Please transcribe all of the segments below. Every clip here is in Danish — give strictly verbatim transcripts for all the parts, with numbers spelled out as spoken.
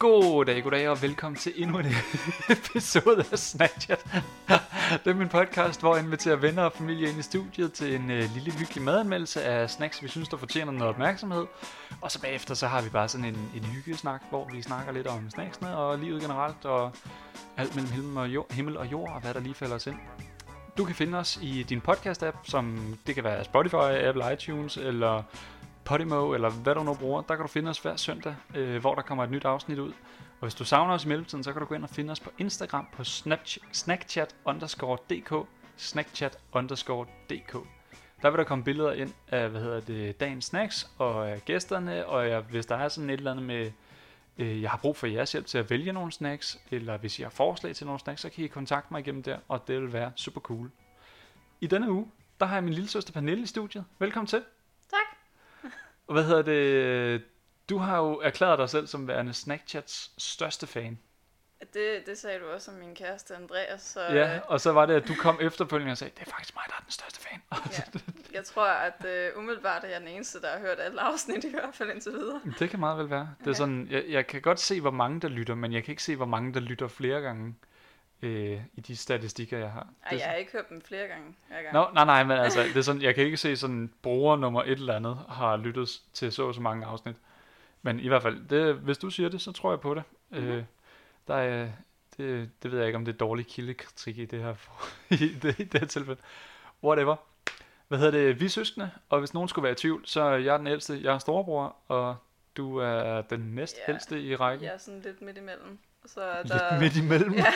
Goddag, goddag og velkommen til endnu en episode af Snackchat. Det er min podcast, hvor jeg inviterer venner og familie ind i studiet til en uh, lille hyggelig madanmeldelse af snacks, vi synes, der fortjener noget opmærksomhed. Og så bagefter så har vi bare sådan en, en hyggesnak, hvor vi snakker lidt om snacksene og livet generelt og alt mellem himmel og, jord, himmel og jord og hvad der lige falder os ind. Du kan finde os i din podcast-app, som det kan være Spotify, Apple iTunes eller Podimo, eller hvad du nu bruger. Der kan du finde os hver søndag, øh, hvor der kommer et nyt afsnit ud. Og hvis du savner os i mellemtiden, så kan du gå ind og finde os på Instagram på snackchat underscore dk. Snackchat underscore dk. Der vil der komme billeder ind af, hvad hedder det, dagens snacks og af gæsterne. Og jeg, hvis der er sådan et eller andet med, øh, jeg har brug for jeres hjælp til at vælge nogle snacks, eller hvis I har forslag til nogle snacks, så kan I kontakte mig igennem der, og det vil være super cool. I denne uge, der har jeg min lille søster Pernille i studiet. Velkommen til. Tak. Hvad hedder det? Du har jo erklæret dig selv som værende Snackchats største fan. Det, det sagde du også om min kæreste Andreas. Så, Ja, og så var det, at du kom efterfølgende og sagde, det er faktisk mig, der er den største fan. Ja, jeg tror, at uh, umiddelbart er jeg den eneste, der har hørt alle afsnit, i hvert fald indtil videre. Det kan meget vel være. Det er Ja. sådan, jeg, jeg kan godt se, hvor mange der lytter, men jeg kan ikke se, hvor mange der lytter flere gange øh, i de statistikker, jeg har. Ej, Det er jeg har ikke hørt dem flere gange. gange. Nå, nej, nej, men altså, det er sådan, jeg kan ikke se sådan, bruger nummer et eller andet har lyttet til så og så mange afsnit. Men i hvert fald, det, hvis du siger det, så tror jeg på det. Mm-hmm. Øh, der er, det, det ved jeg ikke, om det er dårlig kildekritik i det her, i det, i det her tilfælde. Whatever. Hvad hedder det? Vi er søskende, og hvis nogen skulle være i tvivl, så er jeg den ældste, jeg er storebror, og du er den næst Ja, ældste i rækken. Jeg er sådan lidt midt imellem. Og så er Lidt der... midt imellem. Ja.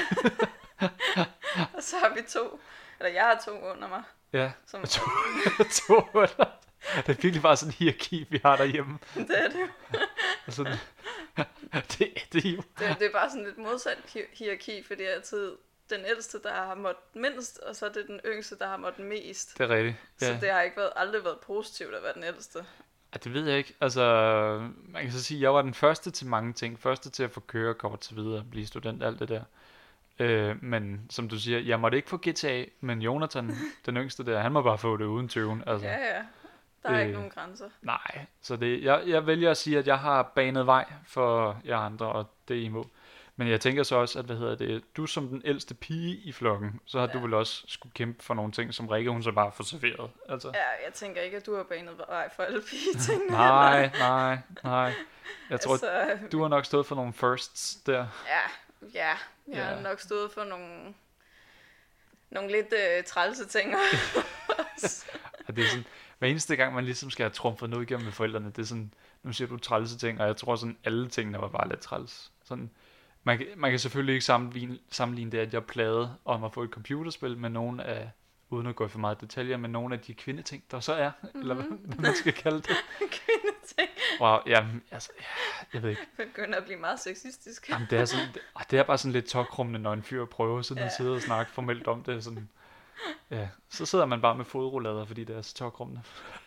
Og så har vi to, eller jeg har to under mig. Ja, Som... to, to under. Det er virkelig bare sådan en hierarki, vi har derhjemme. Det er det jo. Og sådan, det er det jo. Det, det er bare sådan lidt modsat hi- hierarki, fordi det er altid den ældste, der har måttet mindst, og så er det den yngste, der har måttet mest. Det er rigtigt. Så Ja. det har ikke været, aldrig været positivt at være den ældste. Ja, det ved jeg ikke. Altså, man kan så sige, at jeg var den første til mange ting. Første til at få kørekort til videre, blive student, alt det der. Øh, men som du siger, jeg måtte ikke få G T A, men Jonathan, den yngste der, han må bare få det uden tøven. Altså, Ja, ja. Der er øh, ikke øh, nogen grænser. Nej, så det, jeg, jeg vælger at sige, at jeg har banet vej for jer andre, og det I må. Men jeg tænker så også, at hvad hedder det, du som den ældste pige i flokken, så har ja. du vel også skulle kæmpe for nogle ting, som Rikke, hun så bare får serveret. Altså. Ja, jeg tænker ikke, at du har banet vej for alle pige-tingene. Nej, nej, nej. Jeg tror, altså, du har nok stået for nogle firsts der. Ja, ja. Jeg Ja. har nok stået for nogle, nogle lidt øh, trælse ting. Og det er sådan, hver eneste gang, man ligesom skal have trumfet noget igennem med forældrene, det er sådan, nu siger du trælse ting, og jeg tror sådan, alle tingene var bare lidt træls. Sådan, man, kan- man kan selvfølgelig ikke sammenligne, sammenligne det, at jeg plagede om at få et computerspil med nogle af, uden at gå i for meget detaljer, med nogle af de kvindeting, der så er, mm-hmm. eller hvad, hvad man skal kalde det. Kvindeting. Wow, jamen, altså, ja, jeg ved ikke. Begynder at blive meget sexistisk. Jamen, det er, sådan, det, ah, det er bare sådan lidt tokrummende, når en fyr prøver sådan ja. at Ja. sidde og snakke formelt om det. Sådan, ja, så sidder man bare med fodrullader, fordi det er så tokrummende.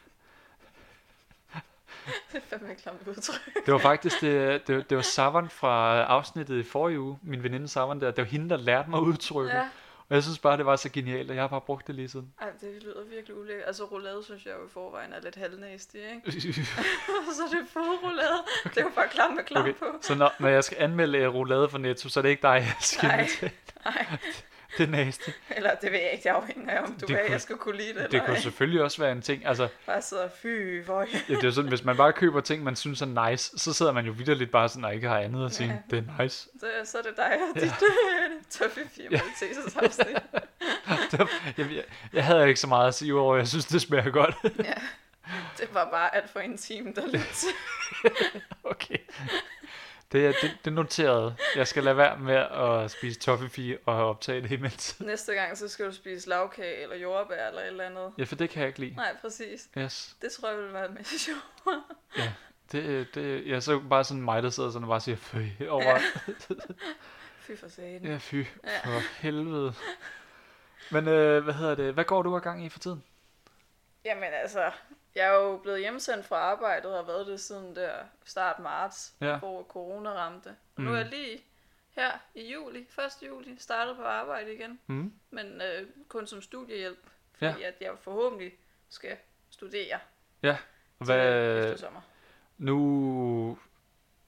Det er fandme et klamt udtryk. Det var faktisk, det, det, det var Savon fra afsnittet i forrige uge, min veninde Savon der, det var hende, der lærte mig udtrykket. Ja. Og jeg synes bare, det var så genialt, og jeg har bare brugt det lige siden. Ej, det lyder virkelig ulækkert. Altså, roulade synes jeg jo i forvejen er lidt halvnæstig, ikke? Og så er det fodroulade. Okay. Det er jo bare klam med klam Okay, på. så når, når jeg skal anmelde uh, roulade for Netto, så er det ikke dig, jeg skal Nej. invitere. Nej, Det er nasty. eller det ved jeg ikke. Det afhænger af, om du Det vil, kunne- jeg skal kunne lide det, Det eller kunne ej. selvfølgelig også være en ting, altså, Bare sidder fy, hvor ja, det er jo sådan, hvis man bare køber ting, man synes er nice, så sidder man jo vitterligt bare sådan, og ikke har andet at sige, Ja. det er nice. så, så er det dig og dit tøffe firma afsnit. Det var- jeg, jeg, jeg havde ikke så meget at sige over, jeg synes, det smager godt. Ja, det var bare alt for intimt og lidt. Okay. Det er det, det er noteret. Jeg skal lade være med at spise toffifee og optage det imens. Næste gang, så skal du spise lavkage eller jordbær eller et eller andet. Ja, for det kan jeg ikke lide. Nej, præcis. Yes. Det tror jeg vil være mere sjovt. Ja. Det, det, jeg så bare sådan mig, der sidder sådan og bare siger, føj, over. Fy for satan. Ja, fy, Ja. for helvede. Men øh, hvad hedder det? Hvad går du i gang i for tiden? Jamen altså, jeg er jo blevet hjemsendt fra arbejdet og har været det siden der start marts, Ja. hvor corona ramte. Og Mm. nu er jeg lige her i juli, første juli, startet på arbejde igen. Mm. Men øh, kun som studiehjælp, fordi Ja. at jeg forhåbentlig skal studere Ja. til Hvad, efter sommer. nu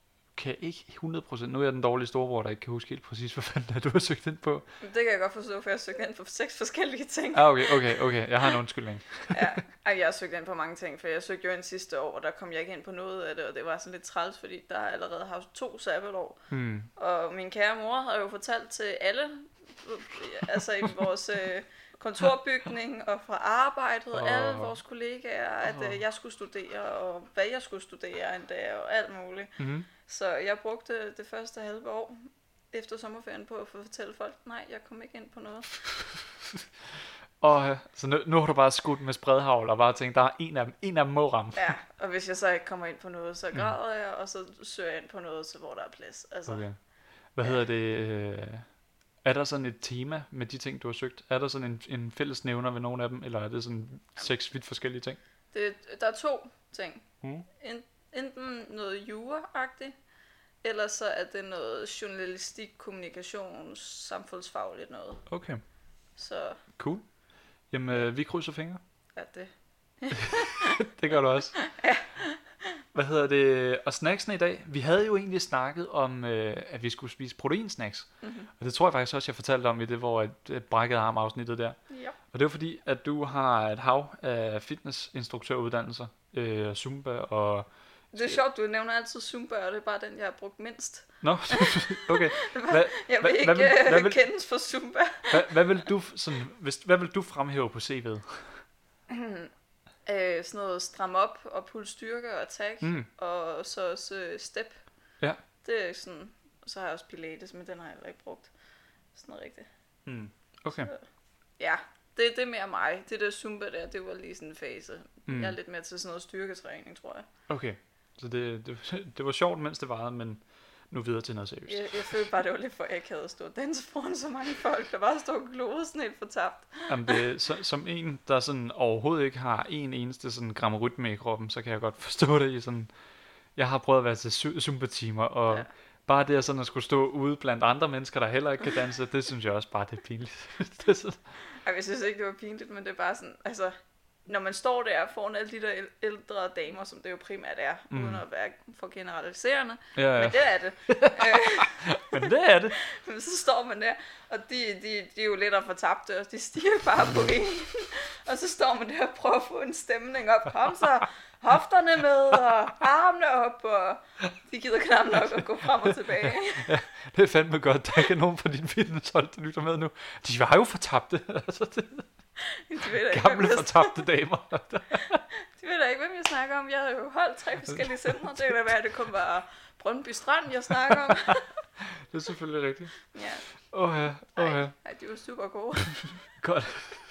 kan ikke hundrede procent. Nu er jeg den dårlige storebror, der ikke kan huske helt præcis, hvad fanden det er, du har søgt ind på. Det kan jeg godt forstå, for jeg har søgt ind på seks forskellige ting. Ah, okay, okay, okay. Jeg har en undskyldning. Ja, ej, jeg har søgt ind på mange ting, for jeg søgte jo ind sidste år, og der kom jeg ikke ind på noget af det, og det var sådan lidt træls, fordi der har allerede haft to sabbatår. Hmm. Og min kære mor har jo fortalt til alle, altså i vores øh, kontorbygning og fra arbejdet, og oh. alle vores kollegaer, at øh, jeg skulle studere, og hvad jeg skulle studere endda, og alt muligt. Mm-hmm. Så jeg brugte det første halve år efter sommerferien på at fortælle folk, nej, jeg kom ikke ind på noget. Og så nu, nu har du bare skudt med spredhavl og bare tænkt, der er en af dem, en af dem må ramme. Ja, og hvis jeg så ikke kommer ind på noget, så græder jeg, og så søger jeg ind på noget, så hvor der er plads. Altså, Okay. Hvad hedder det? Øh, er der sådan et tema med de ting, du har søgt? Er der sådan en, en fælles nævner ved nogle af dem, eller er det sådan seks vidt forskellige ting? det, der er to ting. Mm. En, enten noget jura-agtigt, eller så er det noget journalistik, kommunikation, samfundsfagligt noget. Okay, Så cool. Jamen, øh, vi krydser fingre. er det. Det gør du også. Ja. Hvad hedder det? Og snacksen i dag, vi havde jo egentlig snakket om, øh, at vi skulle spise proteinsnacks. Mm-hmm. Og det tror jeg faktisk også, jeg fortalte om i det, hvor et brækket arm afsnittet der. Ja. Og det var fordi, at du har et hav af fitnessinstruktøruddannelser, øh, Zumba og... Det er sjovt, du nævner altid Zumba, og det er bare den, jeg har brugt mindst. Nå, okay. Hvad, Jeg vil hvad, ikke hvad, vil, hvad, vil, kendes for Zumba. hvad, hvad, vil du, sådan, hvis, hvad vil du fremhæve på C V'et? øh, sådan noget stram op og pull styrke og attack, Mm. og så også øh, step. Ja. Det er sådan, så har jeg også pilates, men den har jeg heller ikke brugt. Sådan noget rigtigt. Mm. Okay. Så, ja, det, det er mere mig. Det der Zumba der, det var lige sådan en fase. Mm. Jeg er lidt mere til sådan noget styrketræning, tror jeg. Okay. Så det, det, det var sjovt, mens det varede, men nu videre til noget seriøst. Jeg, jeg følte bare, det var lidt for akavet at stå og danse foran så mange folk, der bare stod og gloede sådan helt fortabt. Jamen det, så, som en, der sådan overhovedet ikke har en eneste sådan gram rytme i kroppen, så kan jeg godt forstå det i sådan... Jeg har prøvet at være til Zumba-timer, og... Ja. Bare det at sådan at skulle stå ude blandt andre mennesker, der heller ikke kan danse, det synes jeg også bare, det er pinligt. Det er sådan. Ej, jeg synes ikke, det var pinligt, men det er bare sådan, altså, når man står der foran alle de der æl- ældre damer, som det jo primært er, Mm. mm. uden at være for generaliserende, Ja, ja. men det er det. Øh, Men det er det. men så står man der, og de, de, de er jo lidt og fortabte, og de stiger bare på en. Og så står man der og prøver at få en stemning op. Kom så, hofterne med, og armene op, og de gider knap nok at gå frem og tilbage. Ja, det er fandme godt. Der er ikke nogen på din fitnesshold, der lytter med nu. De var jo fortabte. Altså, det De ved da ikke, gamle hvem jeg, fortabte damer. de ved da ikke, hvem jeg snakker om. Jeg havde jo holdt tre forskellige centre. Det kan da være, at det kun var Brøndby Strand, jeg snakker om. Det er selvfølgelig rigtigt. Ja, Åh ja, åh ja. ej, de var super gode. Godt.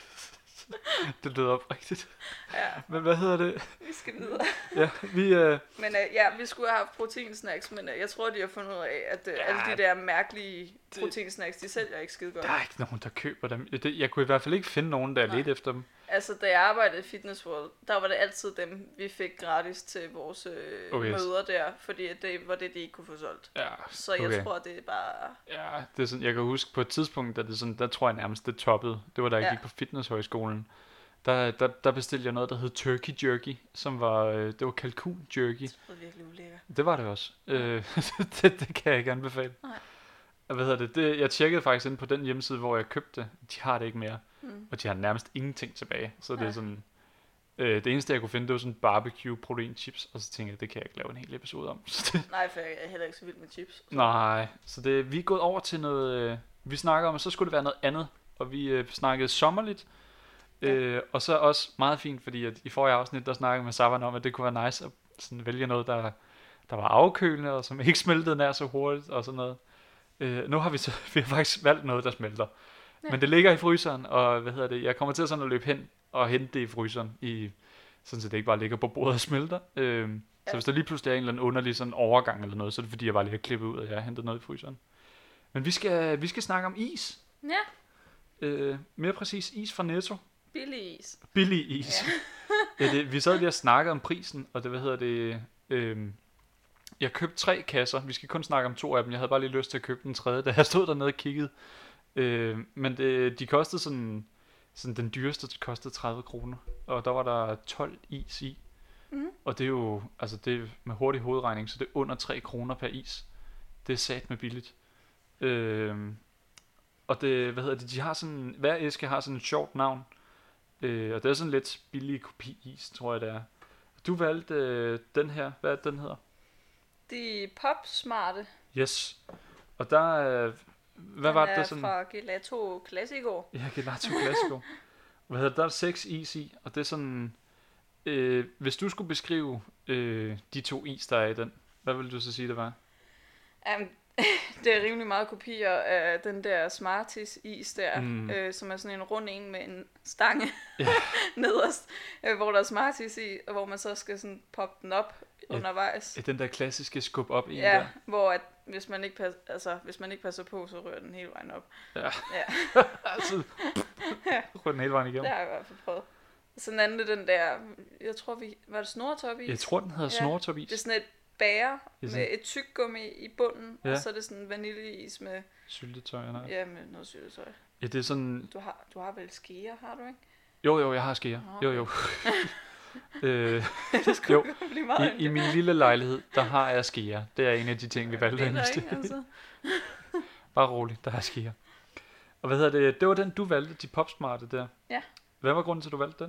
Det lyder oprigtigt. Ja, Men hvad hedder det? vi skal videre. Ja, vi... Øh, Men øh, ja, vi skulle have haft proteinsnacks, men øh, jeg tror, de har fundet ud af, at øh, Ja, alle de der mærkelige det- proteinsnacks, de sælger ikke skide godt. der er ikke nogen, der køber dem. Det, jeg kunne i hvert fald ikke finde nogen, der Nej. ledte efter dem. Altså, da jeg arbejdede i Fitness World, der var det altid dem, vi fik gratis til vores øh, Okay. møder der, fordi at det var det, de ikke kunne få solgt. Ja, Så jeg okay. tror, det er bare... Ja, det er sådan, jeg kan huske på et tidspunkt, da det sådan, der tror jeg nærmest det toppede. Det var da jeg Ja. gik på fitnesshøjskolen. Der, der, der bestilte jeg noget, der hed Turkey Jerky, som var, øh, det var kalkun jerky. Det er virkelig ulækkert. Det var det også. Øh, det, det kan jeg ikke anbefale. Nej. Og hvad hedder det? det? Jeg tjekkede faktisk ind på den hjemmeside, hvor jeg købte det. De har det ikke mere. Mm. Og de har nærmest ingenting tilbage. Så det er Nej. sådan... Øh, det eneste, jeg kunne finde, det var sådan barbecue protein chips. Og så tænkte jeg, det kan jeg ikke lave en hel episode om. Så det, Nej, for jeg er heller ikke så vild med chips. nej, så det, vi er gået over til noget... Øh, vi snakker om, at så skulle det være noget andet. Og vi øh, snakkede sommerligt. Ja. Øh, og så også meget fint, fordi at i forrige afsnit, der snakkede med Savan om, at det kunne være nice at sådan vælge noget, der, der var afkølende, og som ikke smeltede nær så hurtigt, og sådan noget. Øh, nu har vi, så, vi har faktisk valgt noget, der smelter. Ja. Men det ligger i fryseren, og hvad hedder det, jeg kommer til sådan at løbe hen og hente det i fryseren, i, sådan så det ikke bare ligger på bordet og smelter. Øh, ja. Så Ja. hvis der lige pludselig er en eller anden underlig sådan overgang eller noget, så er det fordi, jeg bare lige har klippet ud, og jeg har hentet noget i fryseren. Men vi skal, vi skal snakke om is. Ja, Øh, mere præcis is fra Netto. billig is. Billig is. Ja. Ja, det, vi sad lige og snakkede om prisen, og det, hvad hedder det, øhm, jeg købte tre kasser, vi skal kun snakke om to af dem, jeg havde bare lige lyst til at købe den tredje, da jeg stod dernede og kiggede, øh, men det, de kostede sådan, sådan, den dyreste kostede tredive kroner, og der var der tolv is i, Mm. Og det er jo, altså det er med hurtig hovedregning, så det er under tre kroner per is. Det er sat med billigt. Øhm, og det, hvad hedder det, de har sådan, hver æske har sådan et sjovt navn. Øh, og det er sådan lidt billig kopi is, tror jeg det er. Du valgte øh, den her, hvad er det, den hedder? De popsmarte. Yes. Og der, øh, hvad Den var det er der sådan? fra Gelato Classico. Ja, Gelato Classico. Hvad hedder det? Der er seks is i, og det er sådan, øh, hvis du skulle beskrive øh, de to is, der er i den, hvad ville du så sige, det var? Um, det er rimelig meget kopier af den der Smarties is der, Mm. øh, som er sådan en rund en med en stange Ja. nederst, øh, hvor der er Smarties i, og hvor man så skal sådan poppe den op Ja. undervejs. Ja, den der klassiske skub op en Ja, der. hvor at, hvis, man ikke pas, altså, hvis man ikke passer på, så rører den hele vejen op. Ja. Ja. Altså, rører den hele vejen igennem. Det har jeg i hvert fald prøvet. Så den anden er den der, jeg tror vi, var det snortop i? Jeg tror, den hedder Ja. snortopis. Det er sådan et bære Det er med sådan- et tyggegummi i bunden, Ja. og så er det sådan vaniljeis med, Syltetøj, nej. ja, med noget syltetøj. Ja, det er sådan, Du har, du har vel skeer, har du ikke? jo jo, jeg har skeer. Nå. Jo jo. øh, Det skulle Jo, blive meget i, I min lille lejlighed, der har jeg skeer. Det er en af de ting, vi valgte det at er der investere ikke, i. altså. Bare roligt, der er skeer. Og hvad hedder det? Det var den, du valgte, de popsmarte der. Ja. Hvad var grunden til, at du valgte den?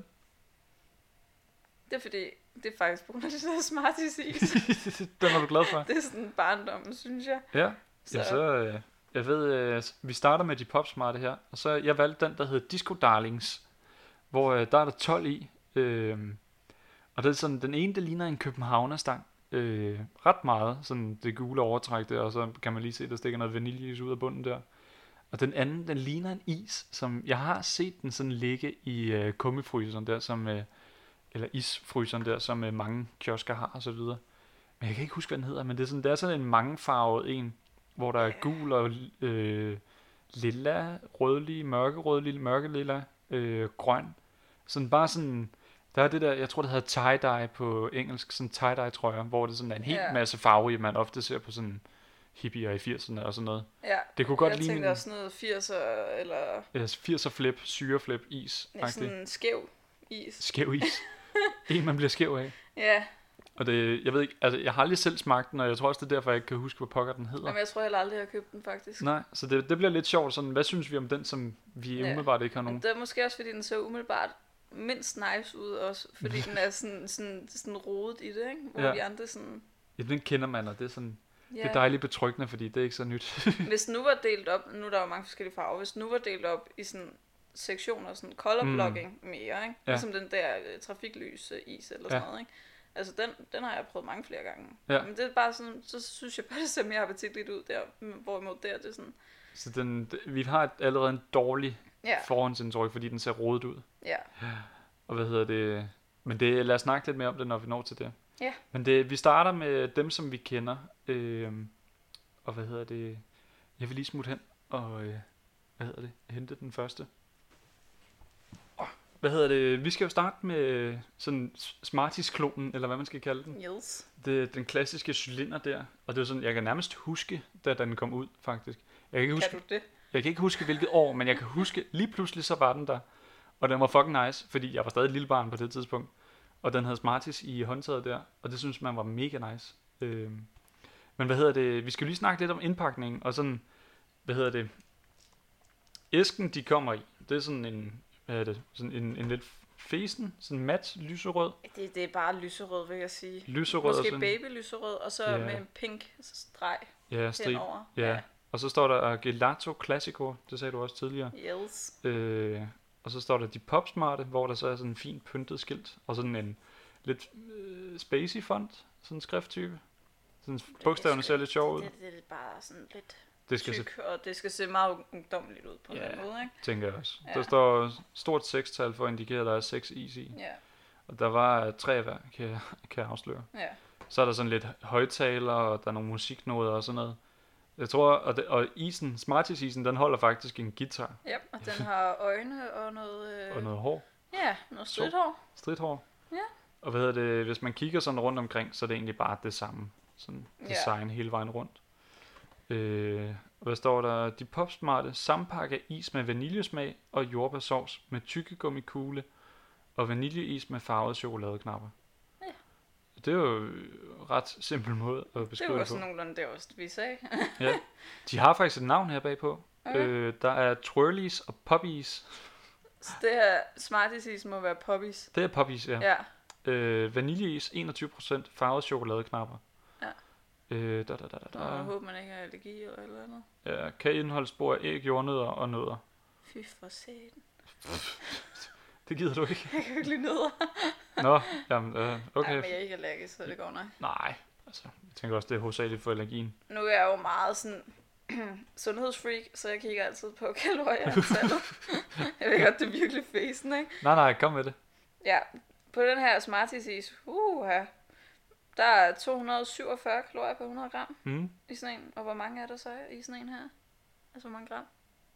Det er fordi, det er faktisk på grund af det der Smarties is. Den var du glad for? Det er sådan barndommen, synes jeg. Ja. Så, Ja, så, øh, jeg ved, øh, vi starter med de popsmarte her, og så jeg valgte den, der hedder Disco Darlings, hvor øh, der er der tolv i, øh, og det er sådan, den ene, der ligner en københavnerstang, øh, ret meget, sådan det gule overtræk der, og så kan man lige se, der stikker noget vaniljeis ud af bunden der, og den anden, den ligner en is, som jeg har set den sådan ligge i øh, kummifryseren der, som, øh, eller isfryseren der, som øh, mange kiosker har og så videre. Men jeg kan ikke huske, hvad den hedder, men det er sådan, det er sådan en mangefarvet en, hvor der er gul og øh, lilla, rødlig, mørkerødlig, mørkelilla, øh, grøn. Sådan bare sådan, der er det der, jeg tror det hedder tie-dye på engelsk, sådan tie-dye trøjer, hvor det sådan er en hel Ja. masse farve i, man ofte ser på sådan hippier i firserne og sådan noget. ja. Det kunne godt jeg ligne tænkte en også sådan noget firser, eller øh, firser flip, syreflip, is, ja, sådan en skæv is. skæv is. En man bliver skæv af. Ja, Og det, jeg ved ikke, altså jeg har aldrig selv smagt den, og jeg tror også det er derfor, jeg ikke kan huske, hvad pokker den hedder. men jeg tror heller aldrig, jeg har købt den faktisk. Nej, så det, det bliver lidt sjovt. Sådan, hvad synes vi om den, som vi Ja. umiddelbart ikke har nogen? Men det er måske også, fordi den så umiddelbart mindst nice ud også, fordi den er sådan, sådan, sådan rodet i det, ikke? Hvor Ja. de andre sådan, Ja, den kender man, og det er, sådan, ja. det er dejligt betryggende, fordi det er ikke så nyt. Hvis nu var delt op, nu er der jo mange forskellige farver, hvis nu var delt op i sådan sektioner, sådan color blocking mm. mere, ikke? Ja. Ligesom den der uh, trafiklys uh, is eller Ja. sådan noget, ikke? Altså den, den har jeg prøvet mange flere gange. Ja. Men det er bare sådan, så synes jeg bare, det ser mere appetitligt ud der, hvorimod der, det er sådan, Så den, d- vi har et, allerede en dårlig ja, forhåndsindtryk, fordi den ser rodet ud. ja, Og hvad hedder det? Men det, lad os snakke lidt mere om det, når vi når til det. Ja. Men det, vi starter med dem, som vi kender. Øhm, og hvad hedder det? Jeg vil lige smutte hen og, øh, hvad hedder det? Hente den første. Åh, Hvad hedder det? Vi skal jo starte med sådan Smarties-klonen, eller hvad man skal kalde den. yes. Det, den klassiske cylinder der. Og det er sådan, jeg kan nærmest huske, da den kom ud, faktisk. Jeg kan ikke huske, Kan du det? jeg kan ikke huske, hvilket år, men jeg kan huske, lige pludselig så var den der. Og den var fucking nice, fordi jeg var stadig et lille barn på det tidspunkt. Og den havde Smarties i håndtaget der, og det synes man var mega nice. Øhm. Men hvad hedder det? Vi skal jo lige snakke lidt om indpakningen, og sådan, hvad hedder det? Æsken, de kommer i, det er sådan en, hvad er det? Sådan en, en lidt fesen, sådan mat lyserød. Det, det er bare lyserød, vil jeg sige. Lyserød og Måske sådan, baby lyserød, og så Ja. med en pink streg ja, strip. henover. Ja. Og så står der Gelato Classico, det sagde du også tidligere. Yes. Øh, og så står der de popsmarte, hvor der så er sådan en fint pyntet skilt, og sådan en lidt øh, spacey font, sådan en skrifttype. Sådan bogstaverne ser lidt sjov ud. Det, det er bare sådan lidt Det skal se, tyk, og det skal se meget ungdommeligt ud på Ja. den måde, ikke? tænker jeg også. Ja. Der står stort sekstal for at indikere, at der er seks is i. Ja, Og der var tre af hver, kan jeg, kan jeg afsløre. ja. Så er der sådan lidt højtaler, og der er nogle musiknoder og sådan noget. Jeg tror, og, det, og isen, Smarties-isen, den holder faktisk en guitar Ja, og den har øjne og noget... Øh, og noget hår. ja, noget stridthår. Stridthår. Ja. Og hvad hedder det, hvis man kigger sådan rundt omkring, så er det egentlig bare det samme sådan Ja. design hele vejen rundt. Øh, og hvad står der? De popsmarte sampakke is med vaniljesmag og jordbærsovs med tykkegummikugle og vaniljeis med farvede chokoladeknapper. Ja. Det er jo ret simpel måde at Det beskrive var det sådan på. nogenlunde det også, vi sagde. Ja. De har faktisk et navn her bagpå. Okay. Øh, der er Twirlies og Poppies. Så det her Smarties må være Poppies. Det er Poppies, ja. Ja. Øh, vaniljeis, enogtyve procent farvede chokoladeknapper. Ja. Øh, da, da, da, da, Nå, jeg da. håber, man ikke har allergi eller et eller andet. Ja, kan indeholde spor af æg, jordnødder og nødder. Fy for satan. Det gider du ikke. Jeg kan jo ikke lide nødder. Nå, jamen, øh, Nej, okay. men jeg er ikke allergisk, så det går nok. Nej, altså, jeg tænker også, det er hovedsageligt for allergien. Nu er jeg jo meget sådan sundhedsfreak, så jeg kigger altid på kalorieantallet. Jeg ved godt, det er virkelig fæsen, ikke? Nej, nej, kom med det. Ja, på den her Smarties is, uh, der er to hundrede og syvogfyrre kalorier per hundrede gram Mm. i sådan en. Og hvor mange er der så i sådan en her? Altså, hvor mange gram?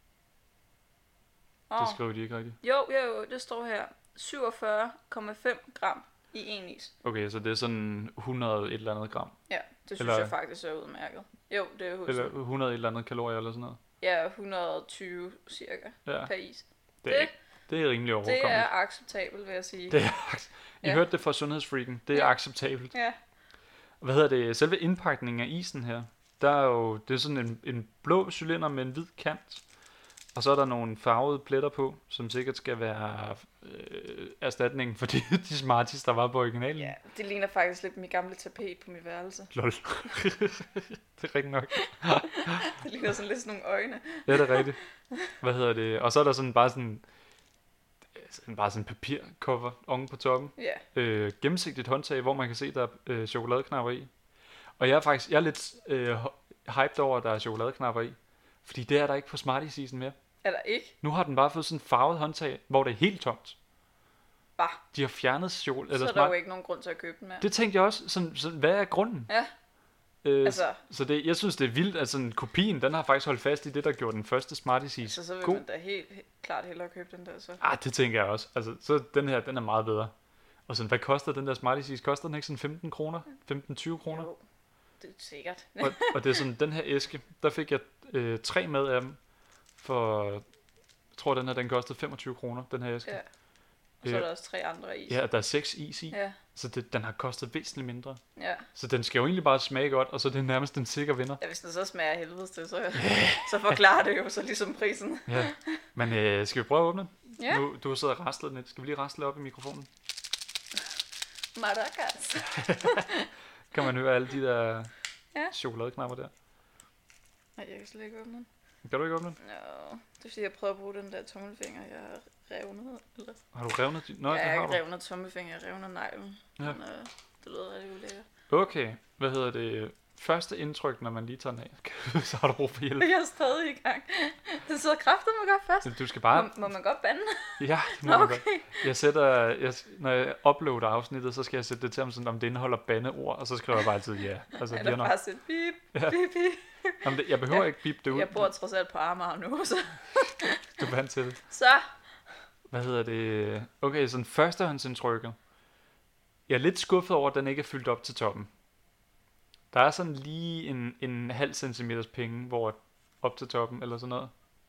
Det Åh, skriver de ikke rigtigt. jo, jo, jo, det står her. syvogfyrre komma fem gram i en is. Okay, så det er sådan hundrede et eller andet gram. Ja, det synes Eller- jeg faktisk er udmærket. Jo, det er huset. Eller hundrede et eller andet kalorier eller sådan noget. Ja, et hundrede og tyve cirka Ja, per is. det er, det- ikke, det er rimelig Det overkommeligt. er acceptabelt, vil jeg sige. Det er, I Ja. hørte det fra sundhedsfreaken. Det er Ja. acceptabelt. Ja, Hvad hedder det? Selve indpakningen af isen her, der er jo, det er sådan en, en blå cylinder med en hvid kant. Og så er der nogle farvede pletter på, som sikkert skal være øh, erstatningen for de, de Smarties, der var på originalen. ja, det ligner faktisk lidt mit gamle tapet på mit værelse. Lol. Det er rigtigt nok. Det ligner sådan lidt sådan nogle øjne. Ja, det er rigtigt. Hvad hedder det? Og så er der sådan bare sådan, sådan bare sådan en papircover oven på toppen. Ja, Øh, gennemsigtigt håndtag, hvor man kan se, der er øh, chokoladeknapper i. Og jeg er faktisk jeg er lidt øh, hyped over, at der er chokoladeknapper i. Fordi det er der ikke på Smarties-isen mere. er der ikke? Nu har den bare fået sådan en farvet håndtag, hvor det er helt tomt. Bah, De har fjernet chokolade. så Eller er der jo smart... ikke nogen grund til at købe den mere. Det tænkte jeg også. Sådan, sådan, hvad er grunden? Ja, Øh, altså, Så det, jeg synes, det er vildt, at sådan, kopien, den har faktisk holdt fast i det, der gjorde den første Smarties-is så, så vil god. man da helt, helt klart hellere købe den der så. Ah, det tænker jeg også. Altså, så den her, den er meget bedre. Og sådan, hvad koster den der Smarties-is? Koster den ikke sådan femten kroner? femten til tyve kroner? Jo, det er sikkert. Og, og det er sådan, den her æske, der fik jeg øh, tre med af dem. For, jeg tror, den her, den kostede femogtyve kroner, den her æske. Ja. Og så er der også tre andre is. Ja, og der er seks is i. Ja, Så det, den har kostet væsentligt mindre. ja. Så den skal jo egentlig bare smage godt, og så er det nærmest en sikker vinder. Ja, hvis den så smager af helvedes til, så, så forklarer det jo så ligesom prisen. Ja. Men øh, skal vi prøve at åbne den? Ja, Nu, du har siddet og rastlet den lidt. Skal vi lige rastle op i mikrofonen? Maracas. Kan man høre alle de der Ja. chokoladeknapper der? Nej, jeg kan slet ikke åbne den. Kan du ikke åbne den? Nå, det er fordi, jeg prøver at bruge den der tommelfinger, jeg har revnet. Eller? Har du revnet din? Nå, Ja, det jeg har har du. ikke revnet tommelfinger, jeg revner neglen. Ja. Men, øh, det lyder rigtig ulækkert. Okay, hvad hedder det? Første indtryk, når man lige tager den af. Så har du brug for hjælp. Jeg er stadig i gang. Den sidder kraftedeme godt først. Du skal bare... Må, må man godt bande? Ja, det må Nå, man okay. godt. Jeg sætter... Jeg, når jeg uploader afsnittet, så skal jeg sætte det til, om, sådan, om det indeholder bandeord, og så skriver jeg bare altid ja. Altså, Eller nok... bare sætte bip, Ja. bip, bip. Jamen, det, jeg behøver Ja. ikke bip det ud. Jeg bor trods alt på Amager nu, så... Du er vant til det. Så, Hvad hedder det? Okay, sådan førstehåndsindtrykket. Jeg er lidt skuffet over, at den ikke er fyldt op til toppen. Der er sådan lige en, en halv centimeters penge, hvor op til toppen, eller sådan noget.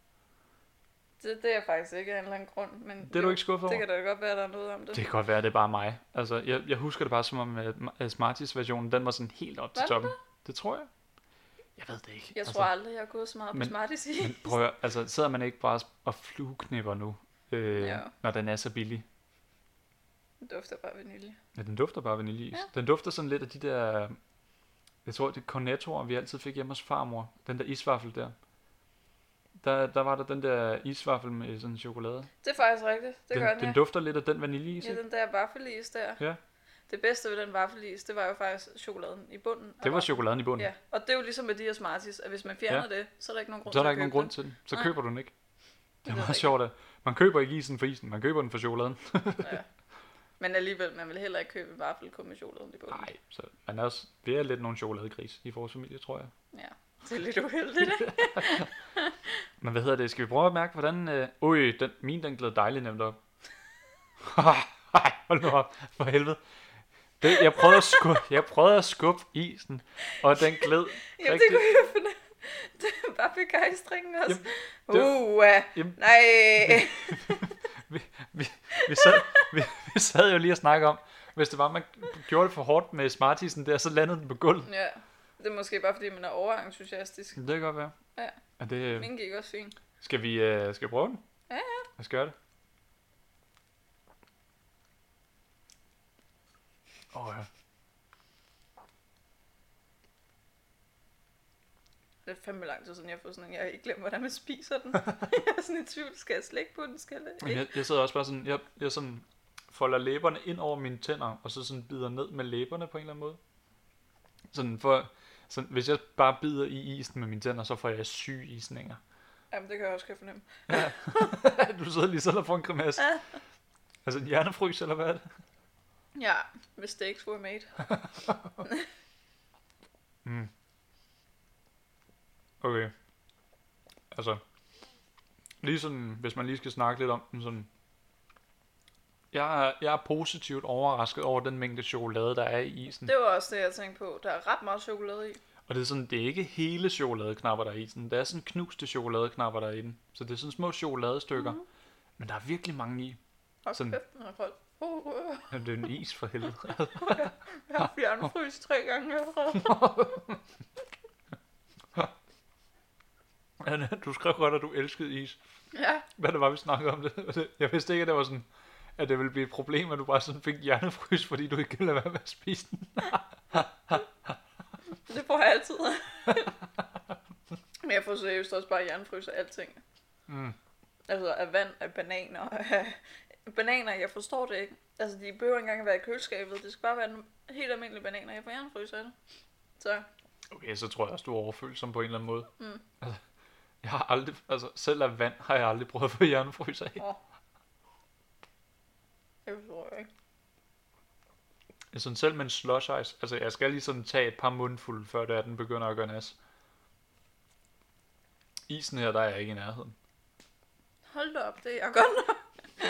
det, det er jeg faktisk ikke af en eller anden grund. Men Det er du ikke skuffet det over? kan da godt være, der er noget om det. Det kan godt være, det er bare mig. Altså, jeg, jeg husker det bare som om, at at Smarties-versionen, den var sådan helt op til Var den toppen. Det tror jeg. Jeg ved det ikke. Jeg altså, tror aldrig, jeg har gået så meget på men- Smarties i. Men prøv at høre, altså, sidder man ikke bare og flueknipper nu, øh, Ja. når den er så billig? Det dufter bare vanilje. Ja, den dufter bare vaniljeis. Ja. Den dufter sådan lidt af de der, jeg tror, det er cornettoer, vi altid fik hjemme hos farmor. Den der isvaffel der. Der, der var der den der isvaffel med sådan chokolade. Det er faktisk rigtigt. Det den, gør den, den ja. dufter lidt af den vaniljeis, Ja, ikke? den der vaffelis der. Ja. Det bedste ved den vaffelis, det var jo faktisk chokoladen i bunden. af Det var vaffelen. chokoladen i bunden. Ja, og det er jo ligesom med de her Smarties, at hvis man fjerner det, så er der ikke nogen grund Så er til der at ikke nogen købe grund til den. Så Nej. køber du den ikke. Det er ved meget jeg sjovt, at man køber ikke isen for isen, man køber den for chokoladen. den. Ja. Men alligevel, man vil heller ikke købe en vaffel kun med chokoladen i bunden. Nej, så man er også ved at lidt nogle chokoladegris i vores familie, tror jeg. Ja, det er lidt uheldigt, ikke? Men hvad hedder det? Skal vi prøve at mærke, hvordan... Øh... Ui, den, min den glæder dejligt nemt op. Ej, hold nu op. For helvede. Det, jeg, prøvede at skubbe, jeg prøvede at skubbe isen, og den gled Jamen, det rigtig... kunne jeg finde. Det er bare begejstringen også. Jamen, det- Uh, uh, Jamen, nej. vi, vi, vi, sad, vi, vi sad jo lige og snakkede om, hvis det var, man gjorde det for hårdt med Smartiesen der, så landede den på gulvet. Ja, det er måske bare fordi, man er overentusiastisk. Det kan godt være. Ja, er det, min gik også fint. Skal vi, uh, skal vi prøve den? Ja, ja. Lad os gøre det. Åh oh, ja. Det er fandme lang tid siden, jeg har fået sådan en. Jeg har ikke glemt, hvordan man spiser den. Jeg er sådan i tvivl. Skal jeg slække på den? Skal jeg ikke? Jeg, jeg sidder også bare sådan, jeg, jeg sådan folder læberne ind over mine tænder, og så sådan bider ned med læberne på en eller anden måde. Sådan for, sådan, hvis jeg bare bider i isen med mine tænder, så får jeg syge isninger. Jamen, det kan jeg også kan fornemme. Ja. Du sidder lige sådan og får en grimasse. Ja. Altså en hjernefrys, eller hvad er det? Ja, mistakes were made. mm. Okay. Altså, lige sådan, hvis man lige skal snakke lidt om den sådan. Jeg er, jeg er positivt overrasket over den mængde chokolade, der er i isen. Det var også det, jeg tænkte på. Der er ret meget chokolade i. Og det er sådan, det er ikke hele chokoladeknapper, der er i den. Der er sådan knuste chokoladeknapper, der er i den. Så det er sådan små chokoladestykker. Mm-hmm. Men der er virkelig mange i. Og sådan, kæft, den er kold. Uh, uh. Ja, det er en is for helvede. Jeg har fjernfrys tre gange herfra. Anna, du skrev godt, at du elskede is. Ja. Hvad det var, vi snakkede om det? Jeg vidste ikke, at det var sådan, at det ville blive et problem, at du bare sådan fik hjernefrys, fordi du ikke kan lade være med at spise den. Det får jeg altid. Men jeg får seriøst også bare hjernefrys af alting. Mm. Altså af vand, af bananer. Af bananer, jeg forstår det ikke. Altså de behøver ikke engang at være i køleskabet. Det skal bare være en helt almindelige bananer. Jeg får hjernefrys af det. Så. Okay, så tror jeg også, du er overfølsom på en eller anden måde. Mm. Altså, jeg har aldrig, altså selv af vand har jeg aldrig prøvet at få hjernefrys af. Oh. Jeg forstår jeg ikke. Sådan selv med en slush ice, altså jeg skal lige sådan tage et par mundfulde, før det er, den begynder at gøre nas. Isen her, der er jeg ikke i nærheden. Hold da op, det er jeg godt nok.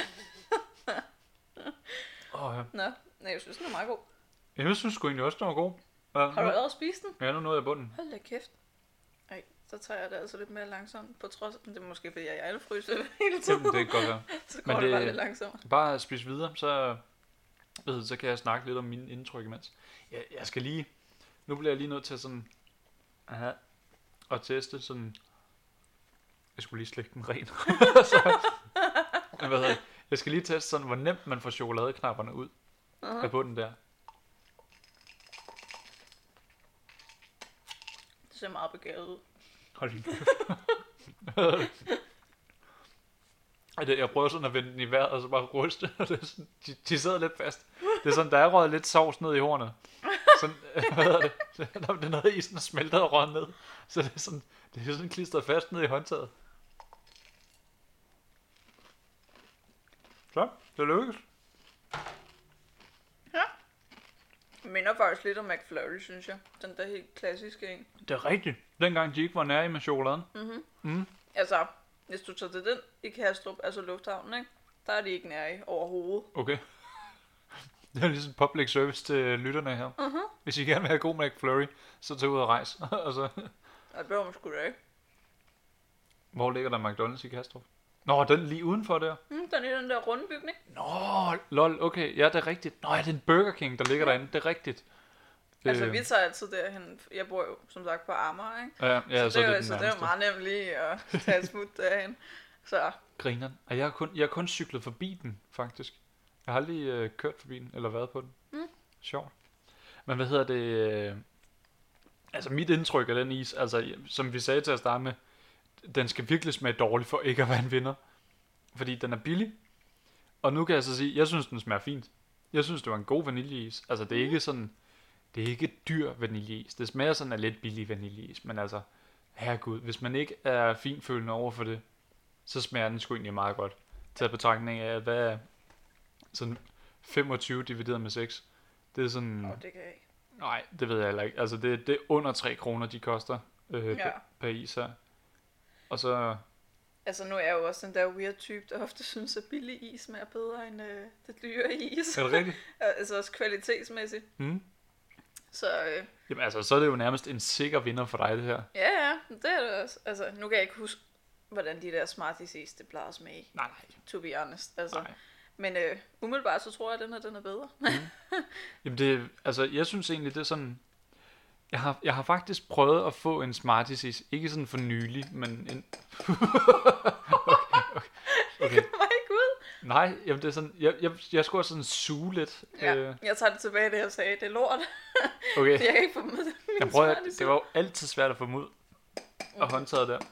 Åh oh, ja. Nå, nej, jeg synes, den er meget god. Jeg synes sgu egentlig også, den var god. Uh, Har du allerede spist den? Ja, nu nåede jeg bunden. Hold da kæft. Ej, så tager jeg det altså lidt mere langsomt, på trods af, det er måske fordi jeg er hjernefryser hele tiden. Jamen, det kan godt være. Så går det, det bare lidt langsomt. Bare spise videre, så, ved, så kan jeg snakke lidt om mine indtryk imens. Jeg, jeg skal lige, nu bliver jeg lige nødt til sådan, aha, at teste sådan, jeg skulle lige slække den ren. så, hvad hedder det? Jeg skal lige teste sådan, hvor nemt man får chokoladeknapperne ud uh-huh. af bunden der. Det ser meget begavet ud. Hold lige kæft. Jeg prøver sådan at vende den i vejret og så bare ryste. Det er sådan, de, de sidder lidt fast. Det er sådan, der er røget lidt sovs ned i hornet. Sådan, hvad hedder det? Det er noget isen og smelter og røget ned. Så det er sådan, det er sådan klistret fast ned i håndtaget. Så, det lykkes. Ja. Jeg minder faktisk lidt om McFlurry, synes jeg. Den der helt klassiske en. Det er rigtigt. Dengang de ikke var nær i med chokoladen. Mhm. Mm. Altså, hvis du tager til den i Kastrup, altså lufthavnen, ikke? Der er de ikke nær i overhovedet. Okay. Det er ligesom public service til lytterne her. Mhm. Hvis I gerne vil have god McFlurry, så tag ud og rejse. og så... Det behøver man sgu da ikke. Hvor ligger der McDonald's i Kastrup? Nå, den lige udenfor der. Mm, den er i den der runde bygning. Nå, lol, okay. Ja, det er rigtigt. Nå, ja, det er en Burger King, der ligger ja. derinde. Det er rigtigt. Altså, øh... vi tager altid derhen. Jeg bor jo, som sagt, på Amager, ikke? Ja, ja, så, så, det, er jo, det, så det er jo meget nemt lige at tage et smut derhen. Så. Grineren. Og jeg har kun, jeg har kun cyklet forbi den, faktisk. Jeg har aldrig øh, kørt forbi den, eller været på den. Mm. Sjovt. Men hvad hedder det? Øh... Altså, mit indtryk af den is, altså, som vi sagde til at starte med, den skal virkelig smage dårligt for ikke at være en vinder. Fordi den er billig. Og nu kan jeg så sige, jeg synes, den smager fint. Jeg synes, det var en god vaniljeis. Altså, det er ikke sådan, det er ikke dyr vaniljeis. Det smager sådan af lidt billig vaniljeis. Men altså, herregud, hvis man ikke er finfølende over for det, så smager den sgu egentlig meget godt. Taget betragtning af, hvad er sådan femogtyve divideret med seks. Det er sådan... Åh, det kan jeg ikke. Nej, det ved jeg heller ikke. Altså, det, det er under tre kroner, de koster øh, ja. per is her. Og så... Altså, nu er jeg jo også den der weird type, der ofte synes, at billig is smager bedre end øh, det dyre is. Er det rigtigt? Altså også kvalitetsmæssigt. Mm. Så... Øh, Jamen altså, så er det jo nærmest en sikker vinder for dig, det her. Ja, ja, det er det også. Altså, nu kan jeg ikke huske, hvordan de der Smarties is, det plejer at smage. Nej, nej. To be honest. Altså, nej. Men øh, umiddelbart så tror jeg, at den her, den er bedre. Mm. Jamen det, altså jeg synes egentlig, det er sådan, jeg har, jeg har faktisk prøvet at få en Smarties, ikke sådan for nylig, men en... okay, okay, okay. Det kommer ikke ud. Nej, jamen det er sådan, jeg, jeg, jeg skulle også sådan suge lidt. Ja, øh, jeg tager det tilbage, det jeg sagde, det er lort. Okay. Jeg kan ikke få dem ud af min Jeg prøver, Smarties. det var jo altid svært at få dem ud. Og håndtaget der.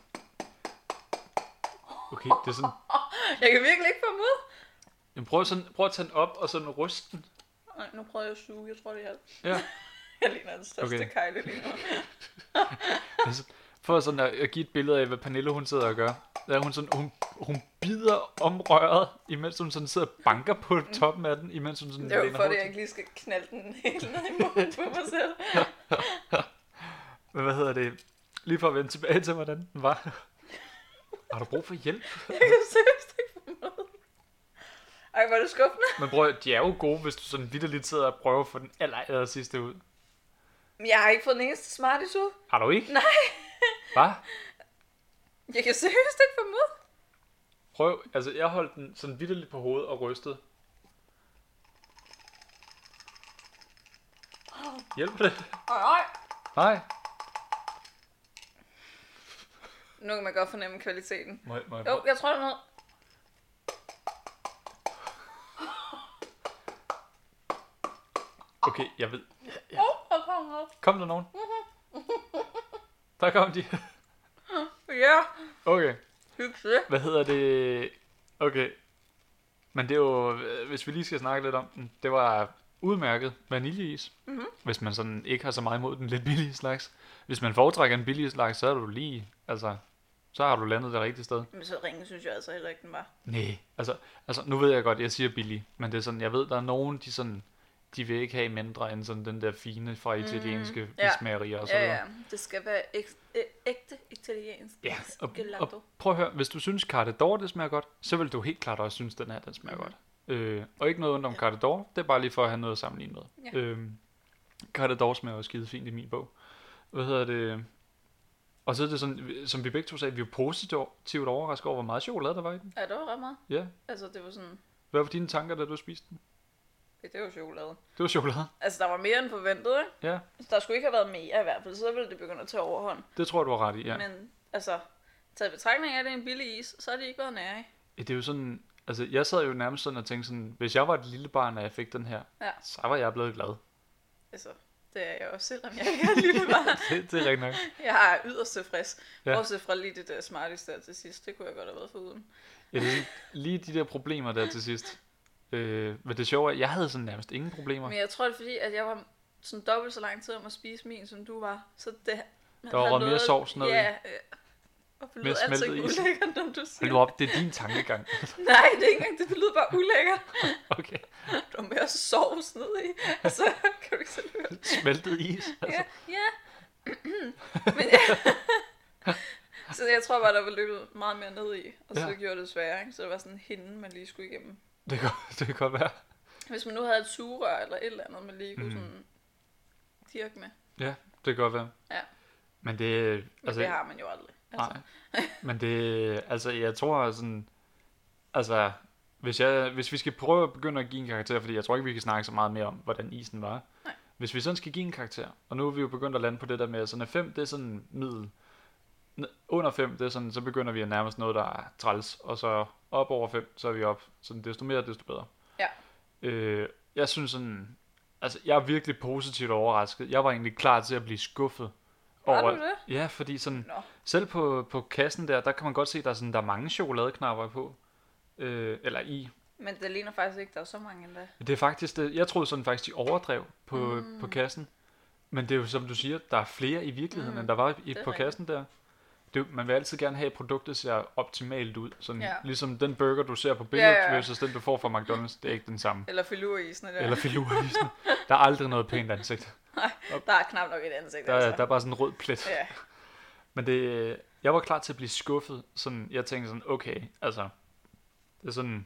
Okay, det er sådan... Jeg kan virkelig ikke få dem ud. Jamen, prøv, sådan, prøv at tage den op og sådan ryste den. Nej, nu prøver jeg at suge, jeg tror det er alt. Ja. Jeg ligner den største Okay. okay. kejle lige nu. Altså, for sådan at, at give et billede af, hvad Pernille hun sidder og gør. Der er hun sådan, hun, hun bider om røret, imens hun sådan sidder og banker på toppen af den, imens hun sådan Det er jo læner for, at hovedet jeg ikke lige skal knalde den helt ned i munden på mig selv. Men hvad hedder det? Lige for at vende tilbage til, hvordan den var. Har du brug for hjælp? Jeg kan seriøst ikke få dem ud. Ej, hvor er det skuffende. Men prøv at de er jo gode, hvis du sådan vitterligt sidder og prøver at få den aller, aller sidste ud. Men jeg har ikke fået den eneste Smarties ud. Har du ikke? Nej. Hvad? Jeg kan seriøst ikke få dem ud. Prøv, altså jeg holdt den sådan vitterligt på hovedet og rystede. Hjælper det? Nej. Nej. Nu kan man godt fornemme kvaliteten. Må jeg, må jeg Jo, jeg tror, det er noget. Okay, jeg ved. Åh, oh, der kom noget. Kom der nogen? Der kom de. Ja. Okay. Hygge. Hvad hedder det? Okay. Men det er jo, hvis vi lige skal snakke lidt om den, det var udmærket vaniljeis. Mm-hmm. Hvis man sådan ikke har så meget imod den lidt billige slags. Hvis man foretrækker en billige slags, så er du lige, altså, så har du landet det rigtige sted. Men så ringe synes jeg altså heller ikke, den var. Nej, altså, altså nu ved jeg godt, jeg siger billig, men det er sådan, jeg ved, der er nogen, de sådan, de vil ikke have mindre end sådan den der fine fra italienske mm, ja. smagerier og så Ja, videre. ja. Det skal være æg- æ- ægte italiensk. Ja, og, gelato. og prøv at høre, hvis du synes Carte d'Or det smager godt, så vil du helt klart også synes, den her den smager mm. godt. Øh, og ikke noget ondt om Carte d'Or, det er bare lige for at have noget at sammenligne med. Ja. Øh, Carte d'Or smager også skide fint i min bog. Hvad hedder det? Og så er det sådan, som vi begge to sagde, vi var positivt overrasket over, hvor meget chokolade der var i den. Ja, det var ret meget. Ja. Altså, det var sådan... Hvad var dine tanker, da du spiste den? Ja, det var chokolade. Det var chokolade. Altså, der var mere end forventet, ikke? Ja, Der skulle ikke have været mere i hvert fald, så ville det begynde at tage overhånd. det tror jeg, du har ret i, ja. Men altså, taget i betragtning af, at det er en billig is, så har de ikke været nære i. Ja, det er jo sådan, altså jeg sad jo nærmest sådan og tænkte sådan, hvis jeg var et lille barn, og jeg fik den her, Ja. så var jeg blevet glad. Altså, det er jeg også, selvom jeg ikke er et lille barn. det, det er rigtig nok. Jeg er yderst tilfreds. Ja. Ja. Også fra lige det der Smarties der til sidst. Det kunne jeg godt have været foruden. Ja, det er sådan, lige de der problemer der til sidst. Øh, men det sjove er, at jeg havde sådan nærmest ingen problemer. Men jeg tror, det er fordi, at jeg var sådan dobbelt så lang tid om at spise min, som du var. Så det Der var røget mere sovs ned i. Ja, øh, og det Mere lyder altid smeltet is. ulækkert, når du siger. Hold nu op, det er din tankegang. Nej, det er ikke engang, det lyder bare ulækkert. Okay. Der var mere sovs ned i. Altså, kan du ikke selv høre? Smeltet is. Altså. Ja, ja. Men ja. Så jeg tror bare, der var løbet meget mere ned i, og så Ja. gjorde det sværere, ikke? Så det var sådan en hinde, man lige skulle igennem. Det kan, det kan godt være. Hvis man nu havde et sugerør eller et eller andet, man lige kunne Mm. sådan dirke med. Ja, det kan godt være. Ja. Men det, Men altså, det har man jo aldrig. Altså. nej. Men det, altså, jeg tror sådan, altså, hvis, jeg, hvis vi skal prøve at begynde at give en karakter, fordi jeg tror ikke, vi kan snakke så meget mere om, hvordan isen var. Nej. Hvis vi sådan skal give en karakter, og nu er vi jo begyndt at lande på det der med, sådan at fem, det er sådan middel. N- Under fem, det er sådan, så begynder vi at nærmest noget, der er træls, og så op over fem, så er vi op. Sådan desto mere, desto bedre. Ja. Øh, jeg synes sådan, altså, jeg er virkelig positivt overrasket. Jeg var egentlig klar til at blive skuffet. Var over, du det? Ja, fordi sådan, Nå. selv på, på kassen der, der kan man godt se, der er, sådan, der er mange chokoladeknapper på. Øh, eller i. Men det ligner faktisk ikke, der er så mange endda. Det er faktisk det. Jeg troede sådan faktisk, de overdrev på, mm. på kassen. Men det er jo som du siger, der er flere i virkeligheden, mm. end der var i, på rigtigt. kassen der. Det, er jo- man vil altid gerne have, at produktet ser optimalt ud. Sådan, Ja. Ligesom den burger, du ser på billedet, Ja, ja. versus den, du får fra McDonald's, det er ikke den samme. Eller filurisene der. Eller filurisen. Der er aldrig noget pænt ansigt. Der er knap nok et ansigt, Der, altså. er- der er bare sådan en rød plet. Ja. Men det, jeg var klar til at blive skuffet. Sådan, jeg tænkte sådan, okay, altså, det er sådan,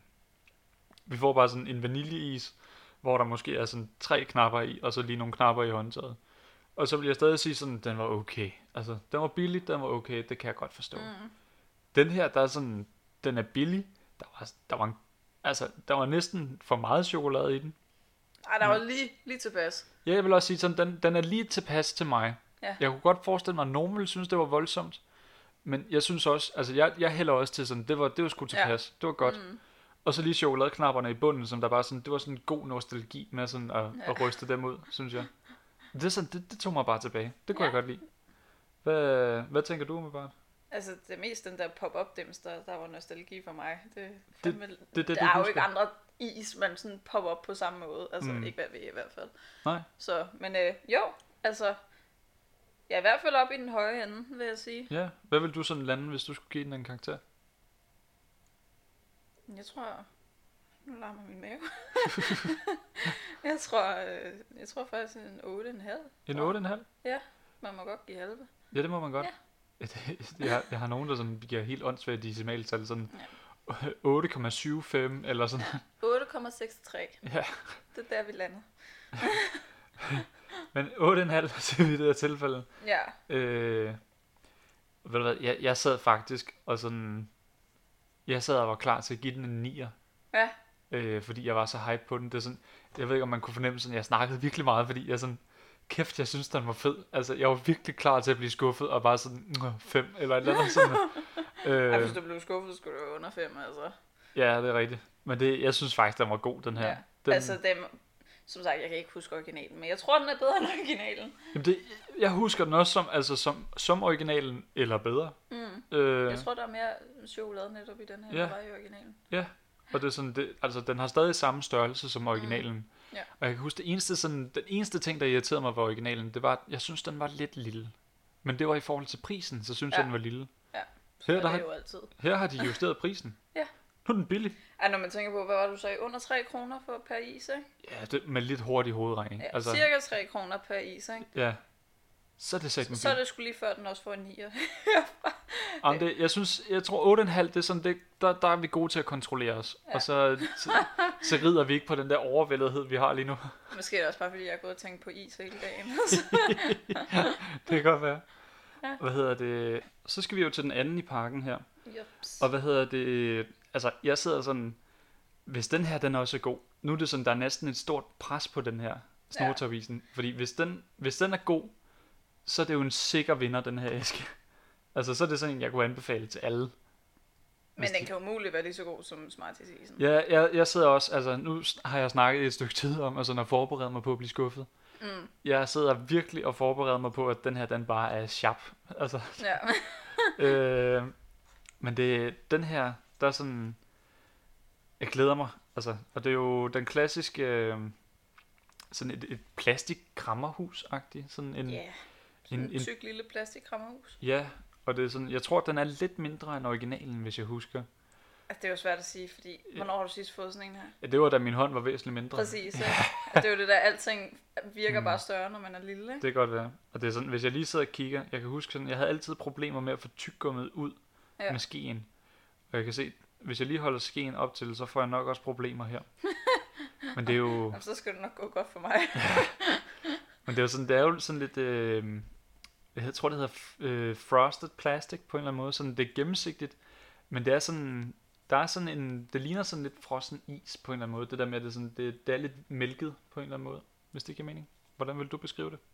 vi får bare sådan en vaniljeis, hvor der måske er sådan tre knapper i, og så lige nogle knapper i håndtaget. Og så vil jeg stadig sige sådan, den var okay. Altså, den var billig, den var okay, det kan jeg godt forstå. Mm. Den her, der er sådan, den er billig, der var, der var en Altså, der var næsten for meget chokolade i den. Ej, der var lige, lige tilpas. Ja, jeg vil også sige sådan, den, den er lige tilpas til mig. Ja. Jeg kunne godt forestille mig, at nogen ville synes, det var voldsomt. Men jeg synes også, altså jeg, jeg hælder også til sådan, det var, det var sgu tilpas. Ja. Det var godt. Mm. Og så lige chokoladeknapperne i bunden, som der bare sådan, det var sådan en god nostalgi med sådan at, ja. at ryste dem ud, synes jeg. Det, er sådan, det, det tog mig bare tilbage. Det kunne ja. jeg godt lide. Hvad, hvad tænker du umiddelbart? Altså det mest den der pop-up dims, der, der var nostalgi for mig. Det, det, det, det, det, det der er jo husker. ikke andre is, man sådan pop-up på samme måde. Altså mm. ikke hvad vi i hvert fald. Nej. Så, men øh, jo, altså jeg er i hvert fald oppe i den høje ende, vil jeg sige. Ja, hvad vil du sådan lande, hvis du skulle give den en karakter? Jeg tror, nu larmer min mave. jeg tror, øh, jeg tror faktisk en otte komma fem. En otte komma fem? Ja, man må godt give halve. Ja, det må man godt. Ja. Jeg har, jeg har nogen, der sådan giver helt åndssvagt decimaltal, sådan ja. otte komma syv fem eller sådan. otte komma seks tre. Ja. Det er der, vi lander. Men otte komma fem til i det her tilfælde. Ja. Øh, ved du hvad, jeg, jeg sad faktisk og sådan, jeg sad og var klar til at give den en nier. Ja. Øh, fordi jeg var så hype på den. Det er sådan, jeg ved ikke, om man kunne fornemme sådan, jeg snakkede virkelig meget, fordi jeg sådan, kæft, jeg synes, den var fed. Altså, jeg var virkelig klar til at blive skuffet, og bare sådan, fem, eller et eller andet sådan. øh, ja, hvis du blev skuffet, skulle du under fem, altså. Ja, det er rigtigt. Men det, jeg synes faktisk, den var god, den her. Ja. Den, altså, dem, som sagt, jeg kan ikke huske originalen, men jeg tror, den er bedre end originalen. Jamen det, jeg husker den også som, altså som, som originalen, eller bedre. Mm. Øh, jeg tror, der er mere chokolade netop i den her, ja. der var i originalen. Ja, og det er sådan, det, altså den har stadig samme størrelse som originalen. Mm. Ja. Og jeg kan huske, det eneste, sådan, den eneste ting, der irriterede mig ved originalen, det var, at jeg synes, den var lidt lille. Men det var i forhold til prisen, så synes ja. jeg, den var lille. Ja, så her, er der det har, jo altid. Her har de justeret prisen. Ja. Nu er den billig. Ja, når man tænker på, hvad var du sagde, under tre kroner for per is, ikke? Ja, det, med lidt hurtig hovedregning. Ja, altså, cirka tre kroner per is, ikke? Ja. Så er det sagt så, så er det sgu lige før, den også får en nier. Jamen det, jeg synes, jeg tror otte komma fem, det er sådan, det, der, der er vi gode til at kontrollere os. Ja. Og så, så, så rider vi ikke på den der overvældethed, vi har lige nu. Måske er det også bare, fordi jeg er gået og tænkt på is hele dagen. Det kan godt være. Ja. Hvad hedder det? Så skal vi jo til den anden i parken her. Jups. Og hvad hedder det? Altså, jeg sidder sådan, hvis den her, den er også god. Nu er det sådan, der er næsten et stort pres på den her snortopisen. Ja. Fordi hvis den, hvis den er god, så er det jo en sikker vinder, den her æske. Altså, så er det sådan en, jeg kunne anbefale til alle. Men den kan jo muligt være lige så god som Smarties-isen. Ja, jeg, jeg sidder også, altså nu har jeg snakket et stykke tid om, altså at forberede mig på at blive skuffet. Mm. Jeg sidder virkelig og forbereder mig på, at den her, den bare er sharp. Altså, ja. øh, men det, den her, der er sådan, jeg glæder mig. Altså, og det er jo den klassiske, øh, sådan et, et plastik-krammerhus-agtigt. Sådan en, yeah. en, en, en tyk lille plastik-krammerhus. Ja, og det er sådan, jeg tror, den er lidt mindre end originalen, hvis jeg husker. Altså, det er jo svært at sige, fordi, hvornår har du sidst fået sådan en her? Ja, det var da min hånd var væsentligt mindre. Præcis, ja. Det er jo det der, alting virker mm. bare større, når man er lille, ikke? Det kan godt være. Og det er sådan, hvis jeg lige sidder og kigger, jeg kan huske sådan, jeg havde altid problemer med at få tyggegummiet ud ja. med skeen. Og jeg kan se, hvis jeg lige holder skeen op til, så får jeg nok også problemer her. Men det er jo... Jamen, så skal det nok gå godt for mig. Men det er jo sådan, det er jo sådan lidt... Øh... Jeg tror, det hedder øh, frosted plastic på en eller anden måde. Sådan, det er gennemsigtigt, men det er sådan, der er sådan en, det ligner sådan lidt frossen is på en eller anden måde. Det der med, at det er, sådan, det, det er lidt mælket på en eller anden måde, hvis det giver mening. Hvordan vil du beskrive det?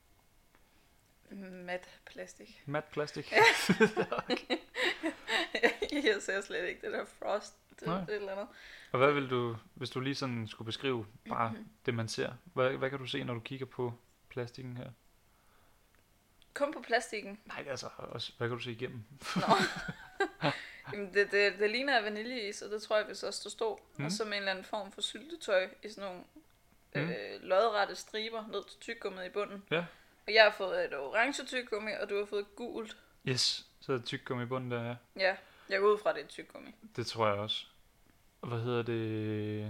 Mat plastik. Mat plastik. Okay. Jeg ser slet ikke det der frost. Det, det eller andet. Og hvad vil du, hvis du lige sådan skulle beskrive bare mm-hmm. det man ser? Hvad, hvad kan du se, når du kigger på plastikken her? Kun på plastikken? Nej, altså, også, hvad kan du se igennem? Nå. Jamen, det, det, det ligner vaniljeis, og det tror jeg, hvis også der stod. Mm. Og så med en eller anden form for syltetøj i sådan nogle mm. øh, lodrette striber ned til tyggegummiet i bunden. Ja. Og jeg har fået et orange tyggegummi, og du har fået et gult. Yes, så er det tyggegummi i bunden der, ja. Ja, jeg går ud fra, det er et tyggegummi. Det tror jeg også. Hvad hedder det?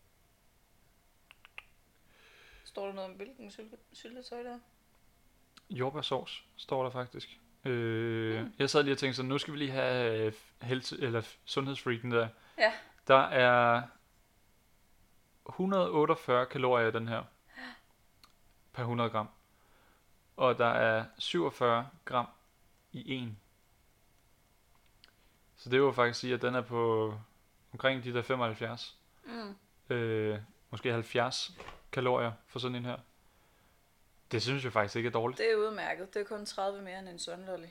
Står der noget om hvilken syltetøj der? Jordbærsauce står der faktisk. Øh, mm. Jeg sad lige og tænkte sådan, nu skal vi lige have health, eller sundhedsfreaken der. Ja. Der er et hundrede og otteogfyrre kalorier i den her per hundrede gram. Og der er syvogfyrre gram i en. Så det vil faktisk sige, at den er på omkring de der femoghalvfjerds. Mm. Øh, måske halvfjerds kalorier for sådan en her. Det synes jeg faktisk ikke er dårligt. Det er udmærket. Det er kun tredive mere end en sunlolly.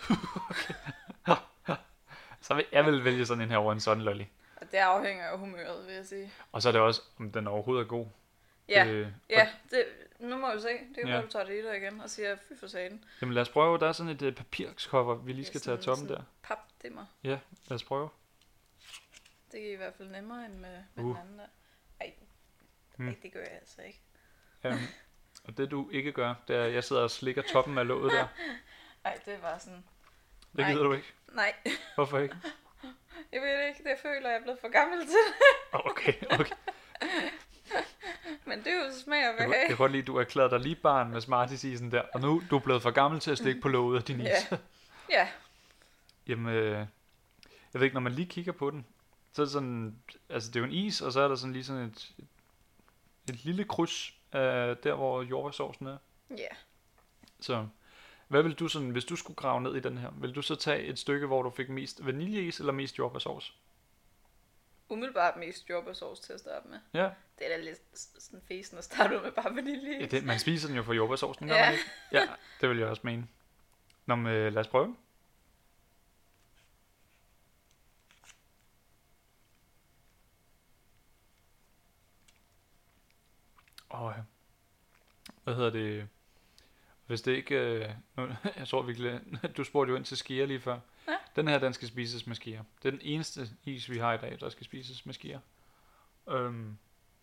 Så vil jeg vil vælge sådan en her over en sunlolly. Og det afhænger af humøret, vil jeg sige. Og så er det også, om den overhovedet er god. Ja, øh, ja det, nu må vi se. Det er jo, Ja. ja. Du tager det i dig igen og siger, fy for satan. Jamen lad os prøve. Der er sådan et uh, papircover, vi lige skal Ja, tage af sådan- toppen sådan der. Papdimmer. Ja, lad os prøve. Det er i hvert fald nemmere end med, med Uh. den anden der. Ej, Hmm. ej, det gør jeg altså ikke. Um, og det du ikke gør, det er, at jeg sidder og slikker toppen af låget der. Ej, det var sådan... Det gider Nej. du ikke. Nej, Hvorfor ikke? jeg ved ikke. Det føler jeg er blevet for gammel til. Okay, okay. Men det er jo smag og Jeg, kan- jeg behag. kan godt lide, at du erklærede dig lige barn med Smarties-isen der. Og nu du er blevet for gammel til at slikke på låget af din is. Ja. Ja, Jamen, øh, jeg ved ikke, når man lige kigger på den, så er det sådan, altså det er jo en is, og så er der sådan lige sådan et, et, et lille kryds af der, hvor jordbærsaucen er. ja. Så hvad vil du sådan, hvis du skulle grave ned i den her, vil du så tage et stykke, hvor du fik mest vaniljeis eller mest jordbærsauce? Umiddelbart mest jordbærsauce til at starte med. Ja, Det er da lidt s- sådan fesen at starte ud med bare vanilje. ja det, man spiser den jo for jordbærsaucen, gør Ja. man ikke? Ja, det vil jeg også mene. Nå, men øh, lad os prøve. Åh, ja. Hvad hedder det? Hvis det ikke... Øh, nu, jeg tror virkelig... Du spurgte jo ind til skier lige før. Ja. Den her, den skal spises med skier. Det er den eneste is, vi har i dag, der skal spises med skier. Øhm,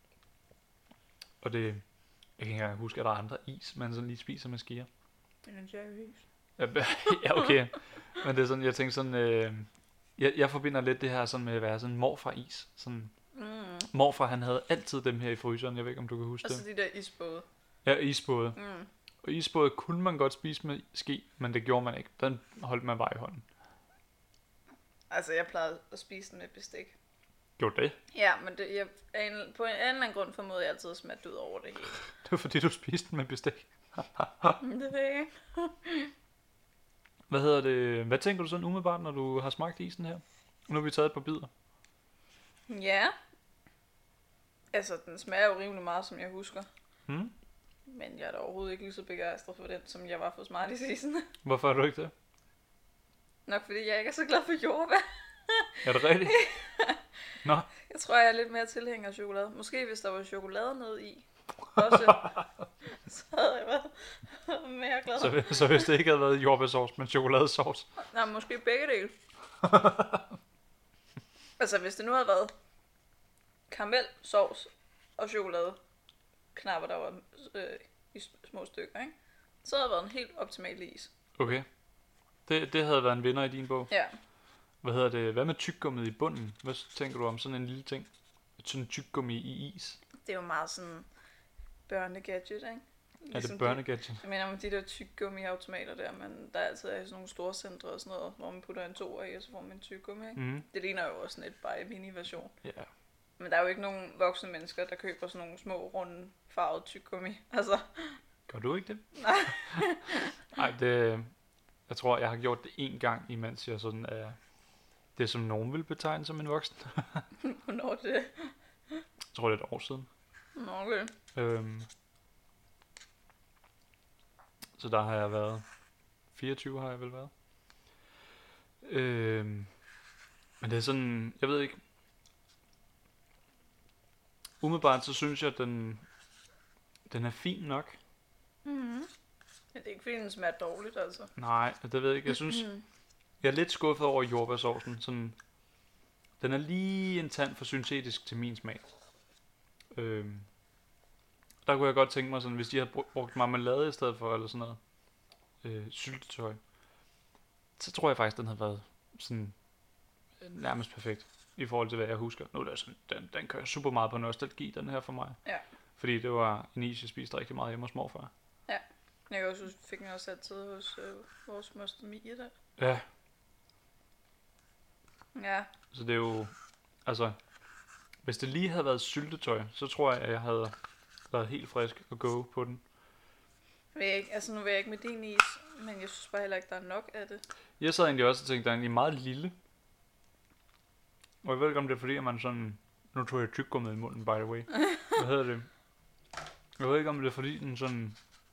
og det... Jeg kan ikke engang huske, at der er andre is, man sådan lige spiser med skier. Ben Jerry's. Ja, ja, okay. Men det er sådan, jeg tænker sådan... Øh, jeg, jeg forbinder lidt det her sådan med at være sådan morfar-is. Sådan, Mm. morfar, han havde altid dem her i fryseren. Jeg ved ikke, om du kan huske Altså det. de der isbåde. Ja, isbåde. Mm. Og isbåde kunne man godt spise med ski, men det gjorde man ikke. Den holdt man bare i hånden. Altså jeg plejede at spise den med bestik. Gjorde det? Ja, men det, jeg, af en, på en anden eller anden grund formodede jeg altid at smatte ud over det hele. Det var fordi, du spiste den med bestik. Men det ved jeg ikke. Hvad hedder det? Hvad tænker du sådan umiddelbart, når du har smagt isen her? Nu har vi taget et par bidder. Ja. Altså den smager jo rimelig meget, som jeg husker. Hmm? Men jeg er da overhovedet ikke lige så begejstret for den, som jeg var for Smarties-isen. Hvorfor er du ikke det? Nok fordi jeg ikke er så glad for jordbær. Er det rigtigt? Nå, Jeg tror, jeg er lidt mere tilhænger af chokolade. Måske hvis der var chokolade nede i. Også. Så havde jeg været mere glad. så, så hvis det ikke havde været jordbærsauce, men chokoladesauce. Nej, måske begge dele. Altså, hvis det nu havde været karamel, sovs og chokolade knapper, der var øh, i små stykker, ikke? Så havde det været en helt optimal is. Okay. Det, det havde været en vinder i din bog. Ja. Hvad hedder det? Hvad med tyggegummiet i bunden? Hvad tænker du om sådan en lille ting? Sådan en tyggegummi i is. Det er jo meget sådan børnegadget, ikke? Er det børnegadget? Jeg mener om de der tyggegummi-automater der, men der er altid er sådan nogle store centre og sådan noget, hvor man putter en toer i, og så får man en tyggegummi, ikke? Mm. Det ligner jo også sådan et bare mini-version. Ja. Men der er jo ikke nogen voksne mennesker, der køber sådan nogle små, runde, farvede tyggegummi. Altså, Gør du ikke det? nej. Nej, det... Jeg tror, jeg har gjort det én gang, imens jeg sådan er... Det, som nogen vil betegne som en voksen. Hvornår er det? Jeg tror, det er et år siden. Nå, okay. Øhm, så der har jeg været fireogtyve har jeg vel været. Øhm, men det er sådan, jeg ved ikke. Umiddelbart så synes jeg, at den, den er fin nok. Mm-hmm. Men det er ikke fordi, den smager dårligt, altså. Nej, det ved jeg ikke. Jeg synes, Mm. jeg er lidt skuffet over jordbærsaucen. Sådan, den er lige en tand for syntetisk til min smag. Øhm, der kunne jeg godt tænke mig sådan, hvis de havde bru- brugt marmelade i stedet for, eller sådan noget, øh, syltetøj, så tror jeg faktisk, den havde været sådan øh, nærmest perfekt, i forhold til hvad jeg husker. Nu er det sådan, den, den kører super meget på nostalgi, den her for mig. Ja. Fordi det var en is, jeg spiste rigtig meget hjemme hos morfar. Jeg kan også huske, fik den også altid hos øh, vores moster Mie der. Ja, Ja. så det er jo, altså, hvis det lige havde været syltetøj, så tror jeg, at jeg havde været helt frisk og gå på den. Vil jeg ikke, altså nu vil jeg ikke med din is, men jeg synes bare heller ikke, der er nok af det. Jeg sad egentlig også og tænkte, at den er egentlig meget lille. Og jeg ved ikke, om det er fordi, at man sådan Nu tog jeg tyggegummi i munden, by the way. Hvad hedder det? Jeg ved ikke, om det er fordi den sådan...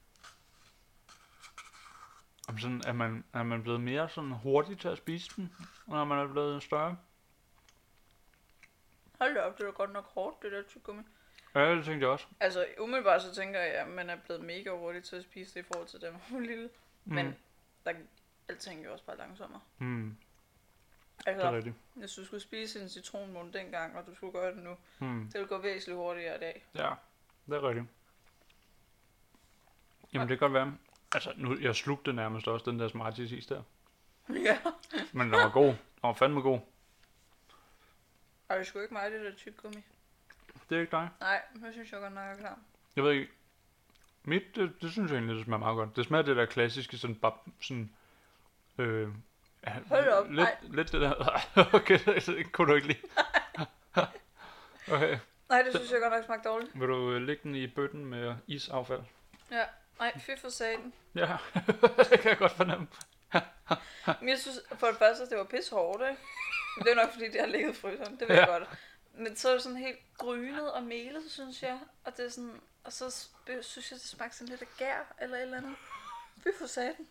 Om sådan, er man, er man blevet mere sådan hurtig til at spise den, når man er blevet større? Hold da op, det er godt nok hårdt, det der tyggegummi. Ja, det tænkte jeg også. Altså, umiddelbart så tænker jeg, at man er blevet mega hurtig til at spise det i forhold til dem, hun lille. Mm. Men der, alting er jo også bare langsommere. Mm. Altså, Det er rigtigt. hvis du skulle spise en citronmund dengang, og du skulle gøre det nu, Mm. det ville gå væsentligt hurtigere i dag. Ja, det er rigtigt. Jamen det kan godt være. Altså, nu, jeg slugte nærmest også den der Smarties is der. Ja. Men den var god. Den var fandme god. Og det sgu ikke mig, det der tyggegummi. Det er ikke dig. Nej, det synes jeg godt nok er klar. Jeg ved ikke. Mit, det, det synes jeg egentlig, det smager meget godt. Det smager det der klassiske, sådan bab, sådan... Øh, ja, Hold op, lidt, nej. lidt det der... Okay, det kunne du ikke lide. Okay. Nej, det synes jeg godt nok smagte dårligt. Vil du øh, lægge den i bøtten med isaffald? Ja, nej, fy for satan. Ja, det kan jeg godt fornemme. Men jeg synes, for det første, det var pisse hårdt, ikke? Men det er nok fordi, det har ligget i fryseren, det ved Ja. jeg godt. Men så er det sådan helt grynet og melet, synes jeg. Og det er sådan, og så sp- synes jeg, det smagte sådan lidt af gær eller et eller andet. Fy for satan.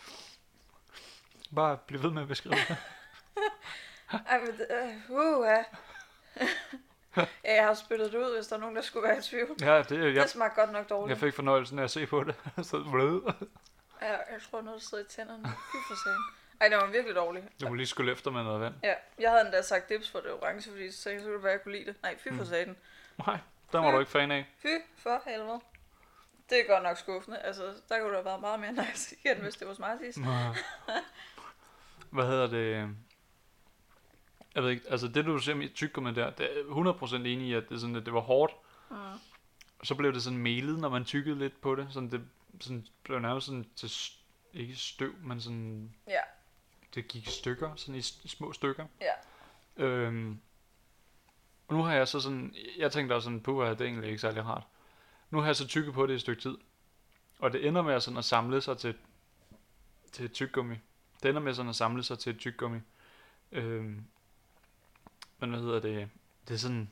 Bare bliv ved med at beskrive det. Ej, men det, uh, uh, ja. Ja, jeg har spyttet det ud, hvis der er nogen, der skulle være i tvivl. Ja, det, jeg, Det smagte godt nok dårligt. jeg fik fornøjelsen af at se på det. Så vrød. Ja, jeg tror noget, der sidder i tænderne. Fy for satan. Ej, det var virkelig dårligt. Du må lige skylle efter med noget vand. Ja, jeg havde endda sagt dips for det orange, fordi så tænkte jeg, så kunne det være, jeg kunne lide det. Nej, fy for satan. Nej, den var du ikke fan af. Fy for helvede. Det er godt nok skuffende. Altså, der kunne der have været meget mere nice igen, hvis det var Smarties. Hvad hedder det? Jeg ved ikke, altså det du ser med tyggegummi der, det er hundrede procent enig i, at det, er sådan, at det var hårdt. Mm. Så blev det sådan melet, når man tyggede lidt på det. Sådan det sådan blev nærmest sådan til, s- ikke støv, men sådan, Ja, det gik i stykker, sådan i s- små stykker. ja. Øhm, og nu har jeg så sådan, jeg tænkte også sådan, puh, det er egentlig ikke særlig rart. Nu har jeg så tygget på det et stykke tid. Og det ender med sådan at samle sig til, til et tyggegummi. Det ender med sådan at samle sig til et tyggegummi. Øhm, men hvad hedder det? Det er sådan...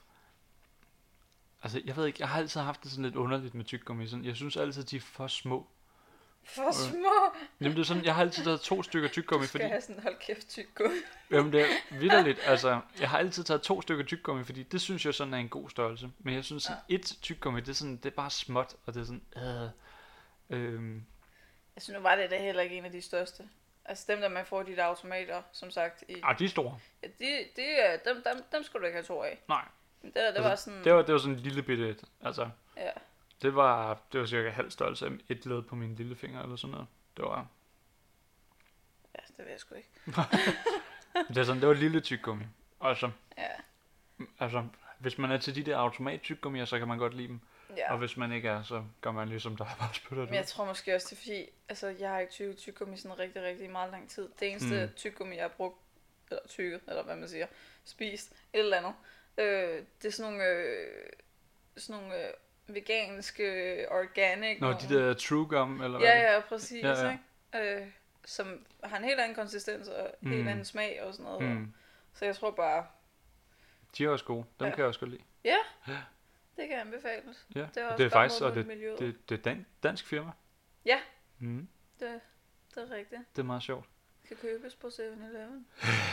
Altså, jeg ved ikke, jeg har altid haft det sådan lidt underligt med tyggegummi. Sådan, jeg synes altid, de er for små. For små. Jamen, det er sådan, jeg har altid taget to stykker tyggegummi, Du skal fordi... have sådan, hold kæft, tyggegummi. Jamen, det er vitterligt. Altså, jeg har altid taget to stykker tyggegummi, fordi det synes jeg sådan er en god størrelse. Men jeg synes, sådan et tyggegummi, det er sådan, det er bare småt, og det er sådan... Øh, øhm, Jeg synes nu var det da heller ikke en af de største. Altså dem, der man får de der automater, som sagt. I, ah, de er store. ja, de, de, er- dem, dem, dem skulle du ikke have to af. Nej. Men det, der, det Altså, var sådan... Det var, det var sådan en lille bitte et. Altså, Ja. det var, det var cirka halv størrelse af et led på min lillefinger eller sådan noget. Det var... Ja, det ved jeg sgu ikke. Det er sådan, det var et lille tyggegummi. Og så, Ja. altså, hvis man er til de der automat tyggegummier, så kan man godt lide dem. Ja. Og hvis man ikke er, så gør man ligesom dig, bare spytter det Men jeg ud. tror måske også, det er fordi, altså jeg har ikke tykket tyggegummi sådan rigtig, rigtig meget lang tid. Det eneste Mm. mm. tyggegummi, jeg har brugt, eller tykket, eller hvad man siger, spist, et eller andet, øh, det er sådan nogle, øh, sådan nogle øh, veganske, organic. Nå, nogle- de der true gum, eller hvad? Ja, ja, præcis, Ja, ja, ja. ja. Ikke? Øh, som har en helt anden konsistens og en Mm. helt anden smag og sådan noget. Mm. Så jeg tror bare, De er også gode. Dem Ja. kan jeg også godt lide. det kan anbefales. Ja. Det er også det er godt faktisk, mod og det, miljøet. det, det er dan- dansk firma. Ja. Mm. Det, det er rigtigt. Det er meget sjovt. Kan købes på seven eleven.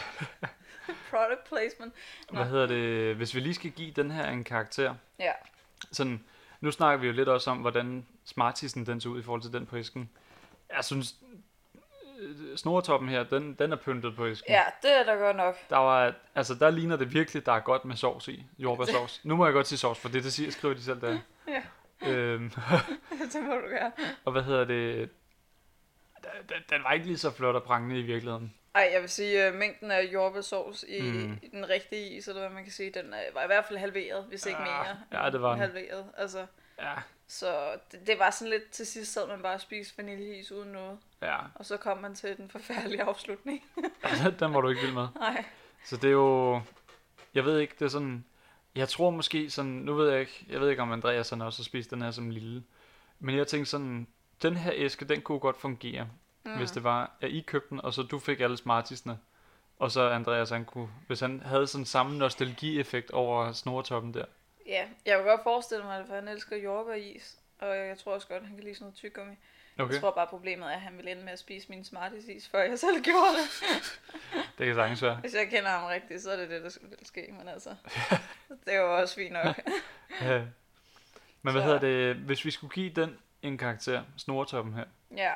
Product placement. Nå. Hvad hedder det? Hvis vi lige skal give den her en karakter. Ja. Sådan, nu snakker vi jo lidt også om, hvordan Smartiesen den ser ud i forhold til den på æsken. Jeg synes, øh, snoretoppen her, den, den er pyntet på æsken. Ja, det er der godt nok. Der var, altså der ligner det virkelig, der er godt med sovs i. Jordbærsovs. Nu må jeg godt sige sovs, for det, det siger, skriver de selv der. Ja. Øhm, Det må du gerne. og hvad hedder det? Den, den var ikke lige så flot og prangende i virkeligheden. Ej, jeg vil sige, uh, mængden af jordbærsovs i, Mm. mm. i den rigtige is, eller hvad man kan sige, den uh, var i hvert fald halveret, hvis ikke Ah, mere. ja, det var den. halveret. Altså, Ja, så det, det var sådan lidt, til sidst sad man bare og spiste vaniljeis uden noget. ja. Og så kom man til den forfærdelige afslutning. Den var du ikke vild med. Nej. Så det er jo, jeg ved ikke, det er sådan, jeg tror måske sådan, nu ved jeg ikke, jeg ved ikke om Andreas han også har spist den her som lille, men jeg tænkte sådan, den her æske, den kunne godt fungere, mm. hvis det var, at I købte den, og så du fik alle Smartiesne, Og så Andreas, han kunne, hvis han havde sådan samme nostalgi-effekt over snortoppen der. Ja, jeg kunne godt forestille mig det, for han elsker jordbæris. Og jeg tror også godt, han kan lide sådan noget tyggegummi. Okay. Jeg tror bare, problemet er, at han vil ende med at spise min Smarties-is, før jeg selv gjorde det. Det kan sagtens være. Hvis jeg kender ham rigtigt, så er det det, der vil ske. Men altså, det er jo også fint nok. Ja. Men hvad Så. hedder det, hvis vi skulle give den en karakter, snortoppen her. Ja,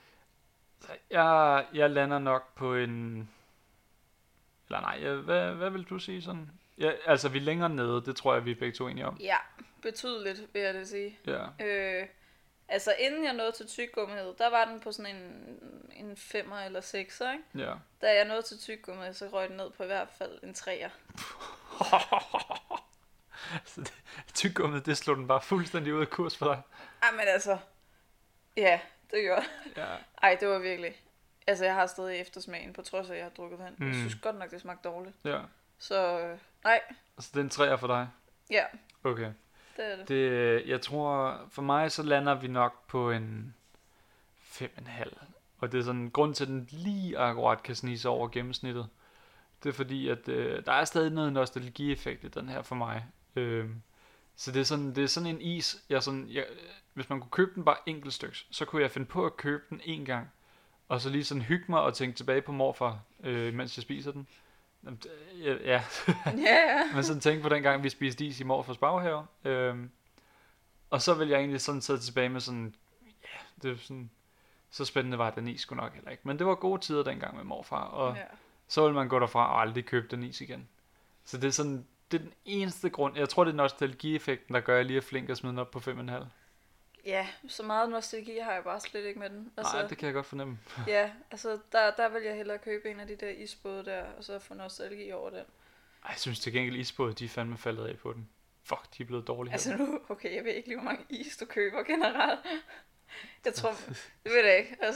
Jeg, jeg lander nok på en... Eller nej, jeg, hvad, hvad vil du sige sådan? Ja, altså, vi er længere nede, det tror jeg, vi er begge to enige om. ja, betydeligt, vil jeg det sige. Ja. Øh, altså, inden jeg nåede til tyggegummiet, der var den på sådan en, en femmer eller sekser, ikke? Ja. Da jeg nåede til tyggegummiet, så røg den ned på i hvert fald en treer. Så det, tyggegummet, det slog den bare fuldstændig ud af kurs for dig. Ej, men altså, ja, det gjorde det. Ja. Ej, det var virkelig... Altså, jeg har stadig eftersmagen, på trods af, at jeg har drukket vand. Mm. Jeg Mm. synes godt nok, det smagte dårligt. Ja. Så, øh, nej, Altså, det er en træer for dig? ja, Okay. det er det. Det, jeg tror, for mig så lander vi nok på en fem komma fem. Og det er sådan, grund til, at den lige akkurat kan snige sig over gennemsnittet. Det er fordi, at øh, der er stadig noget nostalgi-effekt i den her for mig. Øh, så det er sådan, det er sådan en is, jeg sådan, jeg, hvis man kunne købe den bare enkelt styks, så kunne jeg finde på at købe den en gang. Og så lige sådan hygge mig og tænke tilbage på morfar, øh, mens jeg spiser den. Jamen, det- Ja, ja. Ja, ja. Men sådan tænke på den gang, vi spiste is i morfars baghave. Øhm, og så vil jeg egentlig sådan sidde tilbage med sådan, ja, det er sådan, så spændende var den is sgu nok heller ikke. Men det var gode tider dengang med morfar, og Ja. så vil man gå derfra og aldrig købe den is igen. Så det er sådan, det er den eneste grund. Jeg tror, det er nostalgi-effekten, der gør, at jeg lige er flink at smide den op på fem komma fem. Ja, så meget nostalgi har jeg bare slet ikke med den. Altså, Nej, det kan jeg godt fornemme. ja, altså der, der vil jeg hellere købe en af de der isbåde der, og så få nostalgi over den. Ej, jeg synes til gengæld, isbåde, de er fandme faldet af på den. Fuck, de er blevet dårlige. Altså nu, okay, jeg ved ikke lige, hvor mange is du køber generelt. Jeg tror, det ved jeg ikke, altså.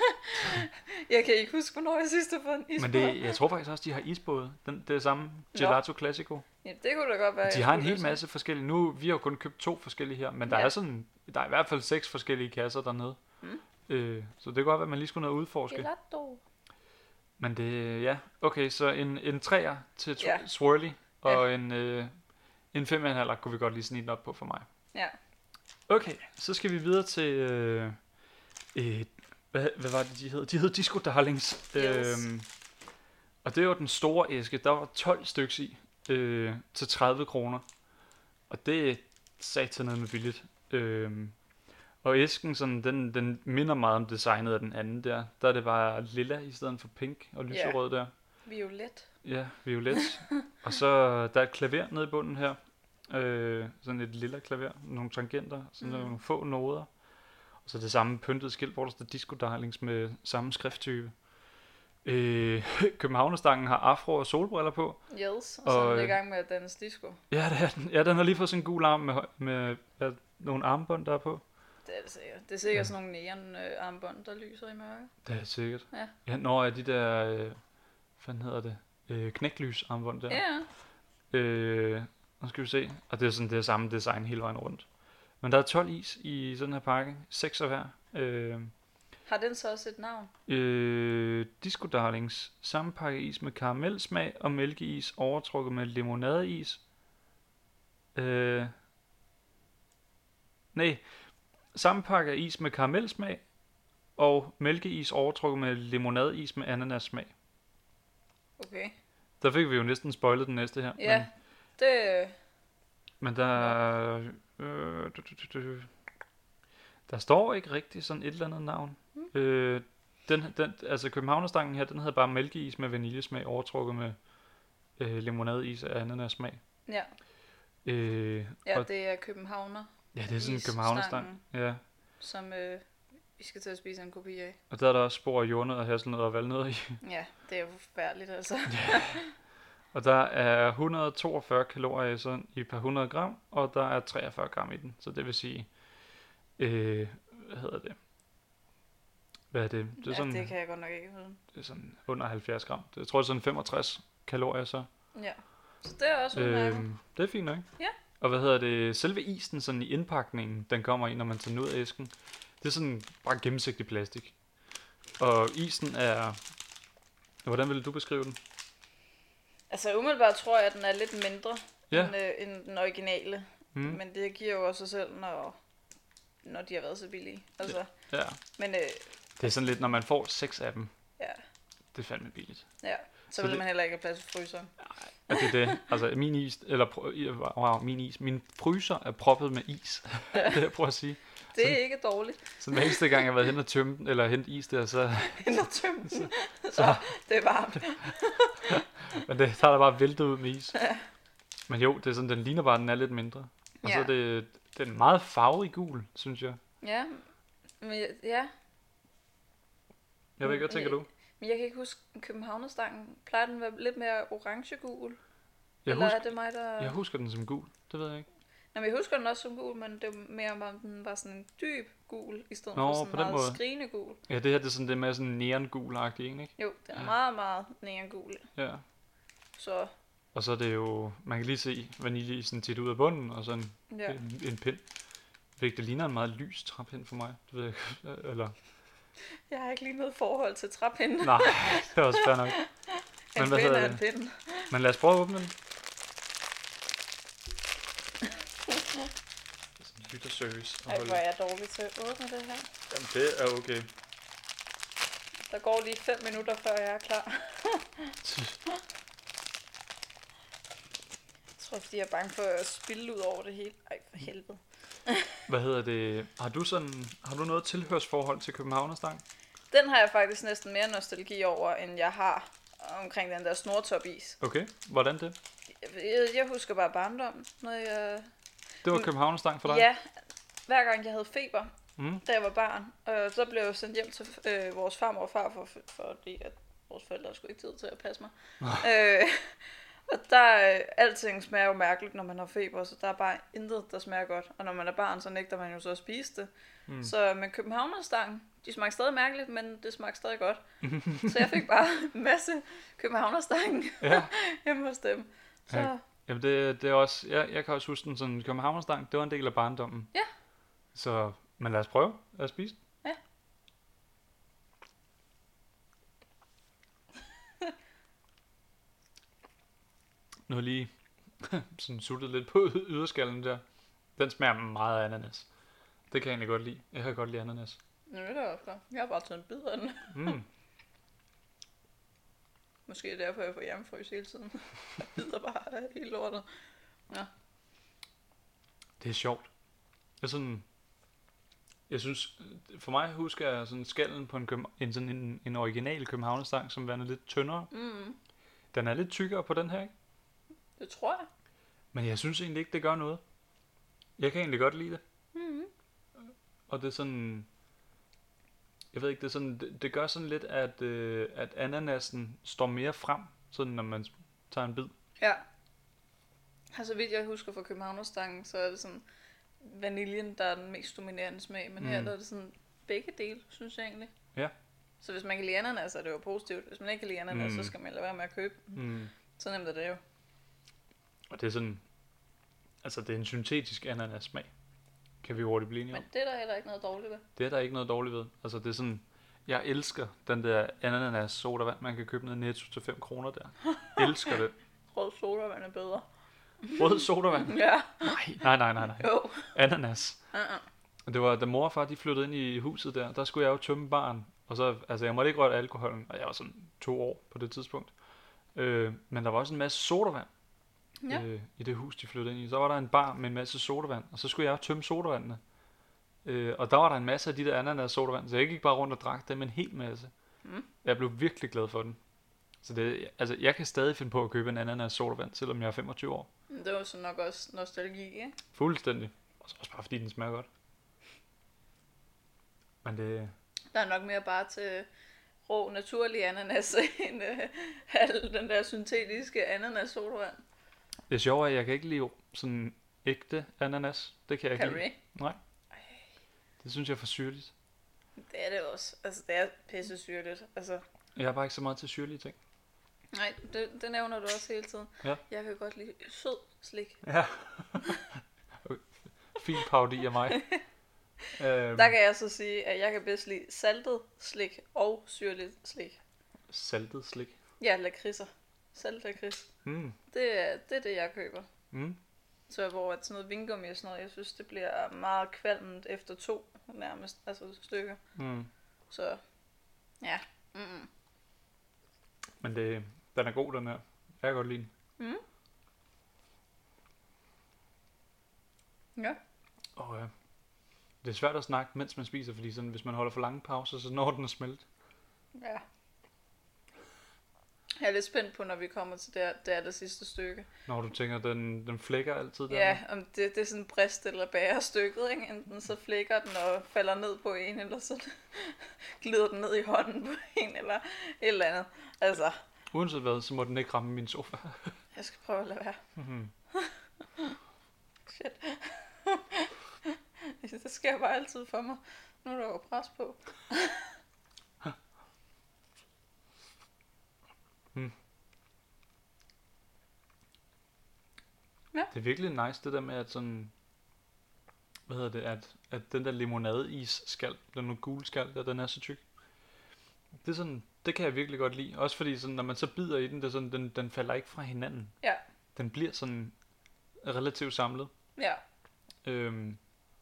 Jeg kan ikke huske, hvornår jeg sidst har fået en isbåd. Men det, jeg tror faktisk også, de har isbåde. Den, det er samme Gelato Classico. Ja, det kunne da godt være. De jeg har en skulle hel læse. masse forskellige. Nu vi har jo kun købt to forskellige her, men der Ja. er sådan, der er i hvert fald seks forskellige kasser dernede. Mm. Øh, så det kan godt være, at man lige skulle noget udforske. Gelato. Men det, ja, okay, så en en treer til tw- Ja. Swirly og en øh, en fem komma fem kunne vi godt lige snige den op på for mig. Ja. Okay, så skal vi videre til øh, øh, hvad, hvad var det de hed? De hed Disco Darlings. Yes. Øhm, og det var den store æske. Der var tolv stykker i øh, til tredive kroner. Og det er satanet med billigt. Øhm, og æsken, sådan, den, den minder meget om designet af den anden der. Der er det bare lilla i stedet for pink og lyserød der. Violet. Ja, violet. Og så der er et klaver nede i bunden her. Øh, sådan et lilla klaver. Nogle tangenter. Sådan Mhm. nogle få noder. Og så det samme pyntede skilt, hvor der står Disco Darlings med samme skrifttype. Øh, Københavnerstangen har afro og solbriller på. Yes, og så Og, er den i øh, gang med at danse disco. Ja, det er den. Ja, den har lige fået sådan en gul arm med, hø- med ja, nogle armbånd der er på. Det er det sikkert. Det er sikkert Ja. sådan nogle neon øh, armbånd, der lyser i mørke. Det er sikkert. Ja. Ja, når er de der, øh, hvad fanden hedder det, øh, knæklys armbånd der. Ja. Øh, nu skal vi se. Og det er sådan det er samme design hele vejen rundt. Men der er tolv is i sådan her pakke. seks af hver. Øh, Har den så også et navn? øh, Disco Darlings. Samme pakke is med karamelsmag og mælkeis overtrukket med limonadeis. Øh, nej. Samme pakke af is med karamelsmag og mælkeis overtrukket med limonadeis med ananassmag. Okay. Der fik vi jo næsten spoilet den næste her. Ja, Men, det... men der... Øh, du, du, du, du, der står ikke rigtig sådan et eller andet navn. Mm. Øh, den, den, altså Københavnerstangen her, den hedder bare mælkeis med vaniljesmag overtrukket med øh, limonadeis af ananassmag. Ja, Øh, ja og, det er københavner, ja, det er sådan en isstangen. Københavnerstang. Ja. som øh, vi skal til at spise en kopi af. Og der er der også spor af jordnødder og hasselnødder og valnødder i. Ja, det er jo forfærdeligt altså. Og der er et hundrede og toogfyrre kalorier i sådan i per hundrede gram, og der er treogfyrre gram i den. Så det vil sige, øh, hvad hedder det? Hvad er det? Det er, Ja, sådan, det kan jeg godt nok ikke vide. det er sådan under halvfjerds gram. Det, jeg tror, det er sådan femogtres kalorier så. Ja, så det er også udmærket. Øh, det er fint nok. Ja. Og hvad hedder det? Selve isen sådan i indpakningen, den kommer i, når man tager den ud af æsken. Det er sådan bare gennemsigtig plastik. Og isen er... Hvordan vil du beskrive den? Altså umiddelbart tror jeg, at den er lidt mindre Ja. end, øh, end den originale. Mm. Men det giver jo også sig selv, når, når de har været så billige. Altså, Ja. men øh, Det er sådan lidt, når man får seks af dem, ja, det er fandme billigt. ja, så, Så vil det- man heller ikke have plads i fryseren. Og det er det. Altså min is, eller pr- wow, min is, min fryser er proppet med is. Det er det, jeg prøver at sige. Det er Sådan- ikke dårligt. Så hver eneste gang, jeg har været hen og tømme den, eller hente is der, så... End at tømme den. Så det er varmt. Men det tager der bare væltet ud med is. Men jo, det er sådan, den ligner bare, at den er lidt mindre. Og så Ja. er det, den er meget farverig gul, synes jeg. Ja, men jeg- ja. Jeg ved ikke, hvad tænker du? Men jeg kan ikke huske Københavnerstangen. Plejer den at være lidt mere orange-gul? Jeg, Eller husker, er det mig, der... jeg husker den som gul, det ved jeg ikke. Nå, men jeg husker den også som gul, men det var mere om, om den var sådan en dyb gul, i stedet Nå, for sådan på den meget måde. skrigende gul. Ja, det her det er sådan det med sådan neongul-agtigt, ikke? Jo, den er meget, meget neongul. Ja. Så Og så er det jo, man kan lige se vaniljeisen tit ud af bunden, og sådan ja. en, en pind. Det, det ligner en meget lys træpind for mig. Det ved jeg ikke. Eller... Jeg har ikke lige noget forhold til træpinden. Nej, det er også fair nok. En Men hvad pind hedder er en det? pind. Men lad os prøve at åbne den. Det er sådan en lytterservice. at Ej, holde- hvor er jeg dårlig til at åbne det her. Jamen, det er okay. Der går lige fem minutter, før jeg er klar. Jeg tror, fordi jeg er bange for at spille ud over det hele. Ej, for helvede. Hvad hedder det? Har du sådan, har du noget tilhørsforhold til Københavnerstang? Den har jeg faktisk næsten mere nostalgi over, end jeg har omkring den der snortop-is. Okay, hvordan det? Jeg, jeg husker bare barndommen, når jeg... Det var Mm. Københavnerstang for dig? Ja, hver gang jeg havde feber, Mm. da jeg var barn, og så blev jeg sendt hjem til øh, vores farmor og farfar, for, fordi at vores forældre skulle ikke tid til at passe mig. øh, og der, øh, alting smager jo mærkeligt, når man har feber, så der er bare intet, der smager godt. Og når man er barn, så nægter man jo så at spise det. Mm. Så med Københavnerstang, de smagte stadig mærkeligt, men det smagte stadig godt. Så jeg fik bare en masse Københavnerstang Ja. hjemme hos dem. Så Ja. Jamen det, det er også, jeg, jeg kan også huske den sådan, Københavnerstang, det var en del af barndommen. Ja. Så, men lad os prøve at spise den. Ja. Nu har jeg lige sådan suttet lidt på yderskallen der. Den smager meget af ananas. Det kan jeg egentlig godt lide. Jeg kan godt lide ananas. nu er det også godt. Jeg har bare taget en bid af den. Mm. Måske er det derfor, jeg får hjemmefrys hele tiden. Jeg bider bare af hele lortet. Det er sjovt. Jeg er sådan, jeg synes, for mig husker jeg sådan skallen på en, køb- en, sådan en, en original københavnerstang, som værende lidt tyndere. Mm, Den er lidt tykkere på den her, ikke? det tror jeg. Men jeg synes egentlig ikke, det gør noget. Jeg kan egentlig godt lide det. Mm. Og det er sådan, jeg ved ikke, det er sådan, det, det gør sådan lidt, at, øh, at ananasen står mere frem, sådan når man tager en bid. Ja. Altså vidt jeg husker fra Københavnerstangen, så er det sådan vaniljen, der er den mest dominerende smag. Men mm. her Mm. der er det sådan begge dele, synes jeg egentlig. Ja. Så hvis man kan lide ananas, er det jo positivt. Hvis man ikke kan lide ananas, Mm. så skal man lade være med at købe den. Mm. Så nemt er det jo. Og det er sådan, altså det er en syntetisk ananas smag. Kan vi hurtigt blive enige om. Men det er der heller ikke noget dårligt ved. Det er der ikke noget dårligt ved. Altså det er sådan, jeg elsker den der ananas sodavand, man kan købe ned i Netto til fem kroner der. Elsker det. Rød sodavand er bedre. Rød sodavand? Ja. Nej, nej, nej, nej. nej. Jo. Ananas. Uh-uh. Og det var, da mor og far de flyttede ind i huset der, der skulle jeg jo tømme baren. Og så, altså jeg måtte ikke røre alkoholen, og jeg var sådan to år på det tidspunkt. Øh, men der var også en masse sodavand Ja. øh, i det hus, de flyttede ind i. Så var der en bar med en masse sodavand, og så skulle jeg jo tømme sodavandene. Øh, og der var der en masse af de der ananas sodavand, så jeg gik bare rundt og drak dem en hel masse. Mm. Jeg blev virkelig glad for den. Så det, altså jeg kan stadig finde på at købe en ananas sodavand, selvom jeg er femogtyve år. Det var så nok også nostalgi, ikke? Fuldstændig. Og så også bare fordi den smager godt. Men det, Der er nok mere bare til rå, naturlig ananas, end øh, al den der syntetiske ananas sodavand. det sjove er, at jeg kan ikke lide sådan ægte ananas. Det kan jeg ikke Kan du lide. ikke? Nej. Det synes jeg er for syrligt. Det er det også. Altså, det er pisse syrligt. Altså, Jeg er bare ikke så meget til syrlige ting. nej, det, det nævner du også hele tiden. Ja. Jeg kan godt lide sød slik. Ja. Fin parodi af mig. øhm, Der kan jeg så sige, at jeg kan bedst lide saltet slik og syrligt slik. Saltet slik. Ja, lakridser. saltlakrids. Mm. Det er, det er det, jeg køber. Mm. Så hvor at sådan noget vingummi og sådan noget, jeg synes, det bliver meget kvalmt efter to nærmest, altså stykker. Mm. Så, ja. Mm-mm. Men det, den er god, den her. Jeg kan godt lide den. Mm. Ja. Og ja. Det er svært at snakke, mens man spiser, fordi sådan, hvis man holder for lange pauser, så når den at smelte. Ja. Jeg er lidt spændt på, når vi kommer til det, det aller sidste stykke. Når du tænker, den, den flækker altid der. Ja, om det, det er sådan brist eller bærer stykket, ikke? Enten så flækker den og falder ned på en, eller så glider den ned i hånden på en, eller et eller andet. Altså, Uanset hvad, så må den ikke ramme min sofa. jeg skal prøve at lade være. Mhm. Shit. Det sker bare altid for mig. Nu er der jo pres på. Mm. Ja. Det er virkelig nice, det der med, at sådan... Hvad hedder det? At, at den der limonadeis skal, den nu gule skal, der den er så tyk. Det er sådan... Det kan jeg virkelig godt lide. Også fordi, sådan, når man så bider i den, det er sådan, den, den falder ikke fra hinanden. Ja. Den bliver sådan relativt samlet. Ja. Øhm,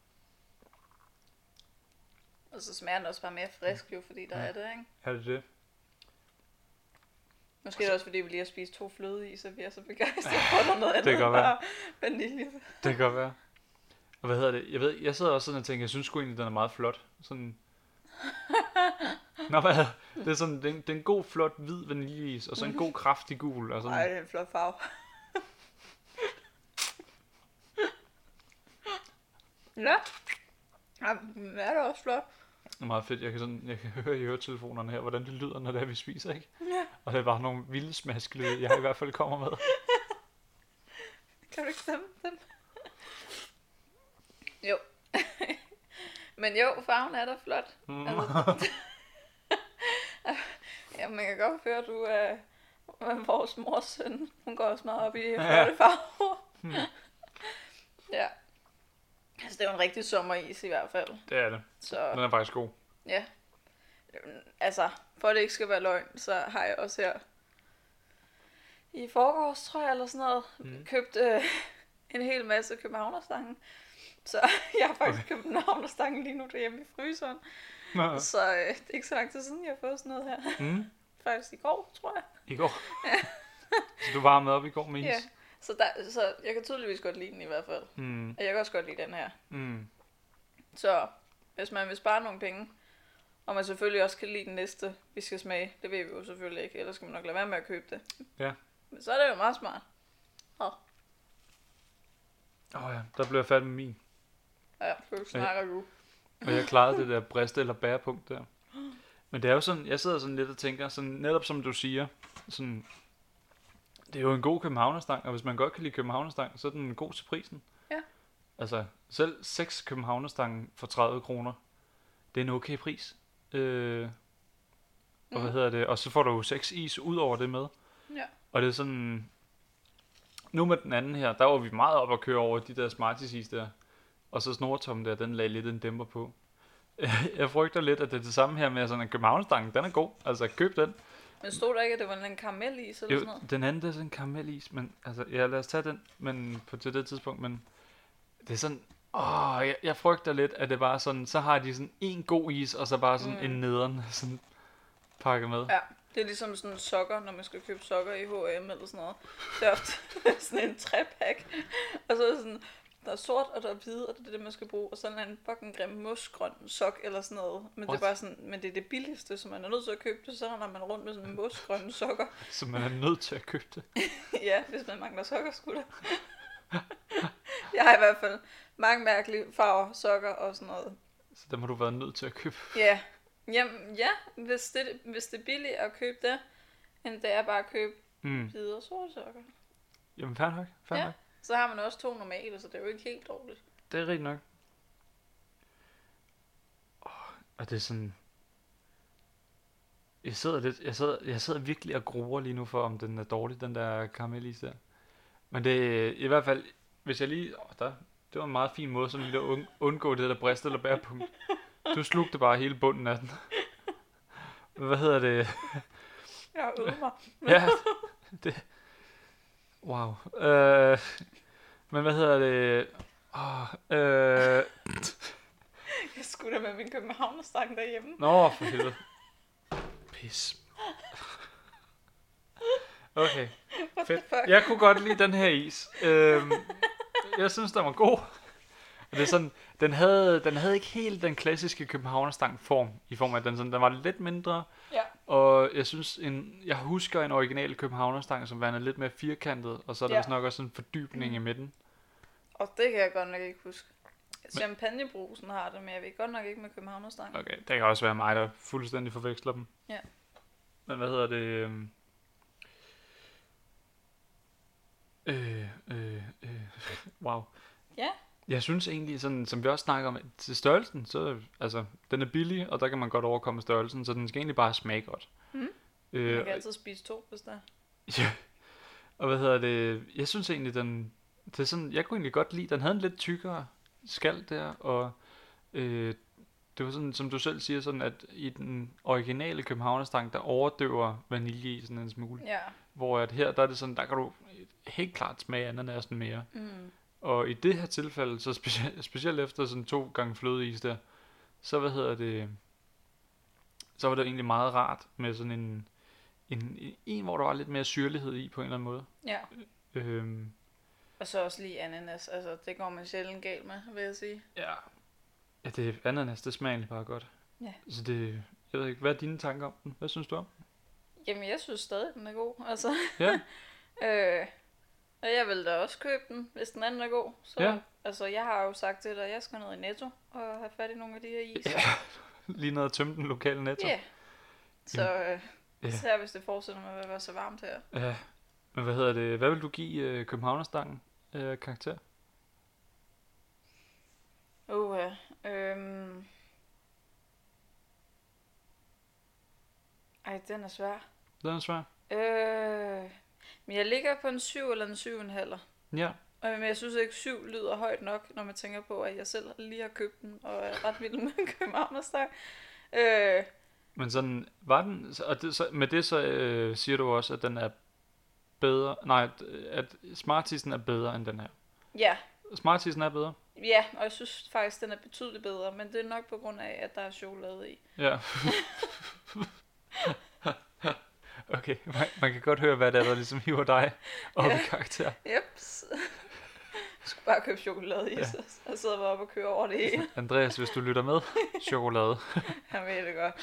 Og så smager den også bare mere frisk jo, fordi der Ja. er det, ikke? er det det? Måske er det også, fordi vi lige har spist to flødeis, og vi er så begejstrede for der noget andet. Det kan godt være. bare vanilje. Det kan godt være. Og hvad hedder det? Jeg ved, jeg sidder også sådan og tænker, jeg synes sgu egentlig, den er meget flot. Sådan... Nå, hvad? Det er sådan, det er, en, det er en god, flot, hvid vaniljeis, og så en god, kraftig gul. Og sådan. Ej, det er en flot farve. Ja. Ja, den er da også flot. Det er meget fedt. Jeg kan, sådan, jeg kan høre i høretelefonerne her, hvordan det lyder, når det er, vi spiser, ikke? Ja. Og det er bare nogle vilde smaskelyde, jeg i hvert fald kommer med. Kan du ikke stemme dem? Jo. Men jo, farven er da flot. Mm. Altså, ja, man kan godt høre, at du er vores mors søn. Hun går også meget op i flotte farver. Hmm. Ja. Altså, det er jo en rigtig sommeris i hvert fald. Det er det. Så Den er faktisk god. ja. Altså, for at det ikke skal være løgn, så har jeg også her i forgårs, tror jeg, eller sådan noget, Mm. købt øh, en hel masse københavnerstangen. Så jeg har faktisk købt en københavnerstangen lige nu derhjemme i fryseren. Nå. Så øh, det er ikke så lang tid siden, jeg har fået sådan noget her. Mm. Faktisk i går, tror jeg. I går. Så du varmede op i går med is? Ja. Så, der, så jeg kan tydeligvis godt lide den i hvert fald. Mm. Og jeg kan også godt lide den her. Mm. Så hvis man vil spare nogle penge, og man selvfølgelig også kan lide den næste, vi skal smage, det ved vi jo selvfølgelig ikke, ellers skal man nok lade være med at købe det. Ja. Men så er det jo meget smart. Åh oh ja, der blev jeg færdig med min. Ja, du snakker du. Og jeg klarede det der brist eller bærepunkt der. Men det er jo sådan, jeg sidder sådan lidt og tænker, sådan netop som du siger, sådan, det er jo en god københavnerstang, og hvis man godt kan lide københavnerstang, så er den god til prisen. Ja. Altså, selv seks københavnerstangen for tredive kroner, det er en okay pris. Øh, og Mm. hvad hedder det, og så får du jo seks is ud over det med. Ja. Og det er sådan, nu med den anden her, der var vi meget op at køre over de der Smarties der. Og så Snortom der, den lagde lidt en dæmper på. Jeg frygter lidt, at det er det samme her med sådan en københavnerstangen, den er god. Altså, køb den. Men stod der ikke, at det var en karamellis eller Jo, sådan noget? den anden, det er sådan en karamellis, men altså, ja, lad os tage den, men på til det tidspunkt, men det er sådan, åh, jeg, jeg frygter lidt, at det bare sådan, så har de sådan en god is, og så bare sådan Mm. mm. en nederen, sådan pakket med. Ja, det er ligesom sådan sokker, når man skal købe sokker i H og M eller sådan noget. Det er ofte sådan en trepack. Og så er det sådan, der er sort, og der er hvide, og det er det, man skal bruge. Og så er en fucking grim mosgrøn sok eller sådan noget. Men det er What? bare sådan, men det er det billigste, så man er nødt til at købe det, så når man rundt med sådan en mosgrønne sokker. Så man er nødt til at købe det. Ja, hvis man mangler sokker, skulle det. Jeg har i hvert fald mange mærkelige farver, sokker og sådan noget. Så dem har du været nødt til at købe. Ja, Jamen, ja, hvis det, hvis det er billigt at købe det, end det er bare at købe Mm. hvide og sorte sokker. Jamen, fair nok, fair Ja. nok. Så har man også to normale, så det er jo ikke helt dårligt. Det er rigtigt nok. Oh, og det er sådan... Jeg sidder lidt, jeg sidder, jeg sidder virkelig og gruer lige nu for, om den er dårlig, den der karamellis der. Men det er i hvert fald, hvis jeg lige... Oh, der, det var en meget fin måde, sådan lige at und- undgå det der brist eller bærpunkt. Du slugte bare hele bunden af den. Hvad hedder det? Jeg har øvet mig. Ja, det... Wow. Øh, men hvad hedder det? Oh, øh... Jeg skulle da med min københavnerstang derhjemme. Nå, for helvede. Pis. Okay, What fedt. the fuck? Jeg kunne godt lide den her is. Øhm, jeg synes, den var god. Og det er sådan, den havde, den havde ikke helt den klassiske københavnerstang form, i form af, at den, sådan, den var lidt mindre. Ja. Og jeg synes, en, jeg husker en original københavnerstang, som var lidt mere firkantet, og så er der Ja. vist nok også en fordybning mm. i midten. Og det kan jeg godt nok ikke huske. Champagnebrusen har det, men jeg ved godt nok ikke med københavnerstang. Okay, det kan også være mig, der fuldstændig forveksler dem. Ja. Men hvad hedder det? Øh, øh, øh, wow. Ja. Jeg synes egentlig, sådan, som vi også snakker om, til størrelsen, så altså, den er billig, og der kan man godt overkomme størrelsen, så den skal egentlig bare smage godt. Mm. Øh, Man kan altid spise to, hvis der. Ja. Og hvad hedder det? Jeg synes egentlig, den, det er sådan, jeg kunne egentlig godt lide, den havde en lidt tykkere skal der, og øh, det var sådan, som du selv siger, sådan at i den originale københavnerstang, der overdøver vaniljeisen en smule. Ja. Hvor at her, der er det sådan, der kan du helt klart smage ananasen mere. Mm. Og i det her tilfælde, så specielt, specielt efter sådan to gange flødeis der, så hvad hedder det, så var det egentlig meget rart med sådan en, en, en hvor der var lidt mere syrlighed i på en eller anden måde. Ja. Øhm, Og så også lige ananas. Altså, det går man sjældent galt med, vil jeg sige. ja. Ja, det ananas, det smager egentlig bare godt. Ja. Så det, jeg ved ikke, hvad er dine tanker om den? Hvad synes du om den? Jamen, jeg synes stadig, den er god. Altså. Ja. øh, og jeg vil da også købe den, hvis den anden er god. Så, Ja. Altså, jeg har jo sagt til dig, at jeg skal ned i Netto og have fat i nogle af de her is. Ja. Lige ned og tømme den lokale Netto. Ja. Så øh, Ja. især hvis det fortsætter med at være så varmt her. Ja. Men hvad hedder det? Hvad vil du give øh, københavnerstangen øh, karakter? Uh, øhm. Ej, den er svær. Den er svær. Øh, men jeg ligger på en syv eller en syv og en halv. Ja. Og men jeg synes ikke, syv lyder højt nok, når man tænker på, at jeg selv lige har købt den, og er ret vild med københavnerstang. Øh, Men sådan, var den, og det, så, med det så øh, siger du også, at den er bedre, nej, at Smartisen er bedre end den her. ja, Smartisen er bedre? ja, og jeg synes faktisk, den er betydeligt bedre, men det er nok på grund af, at der er chokolade i. Ja. Okay, man, man kan godt høre, hvad det er, der ligesom hiver dig op Ja. i karakter. Jeps. Jeg skulle bare købe chokolade i, Ja. ja. så jeg sidder bare op og kører over det hele. Andreas, hvis du lytter med, chokolade. Jeg ved det godt.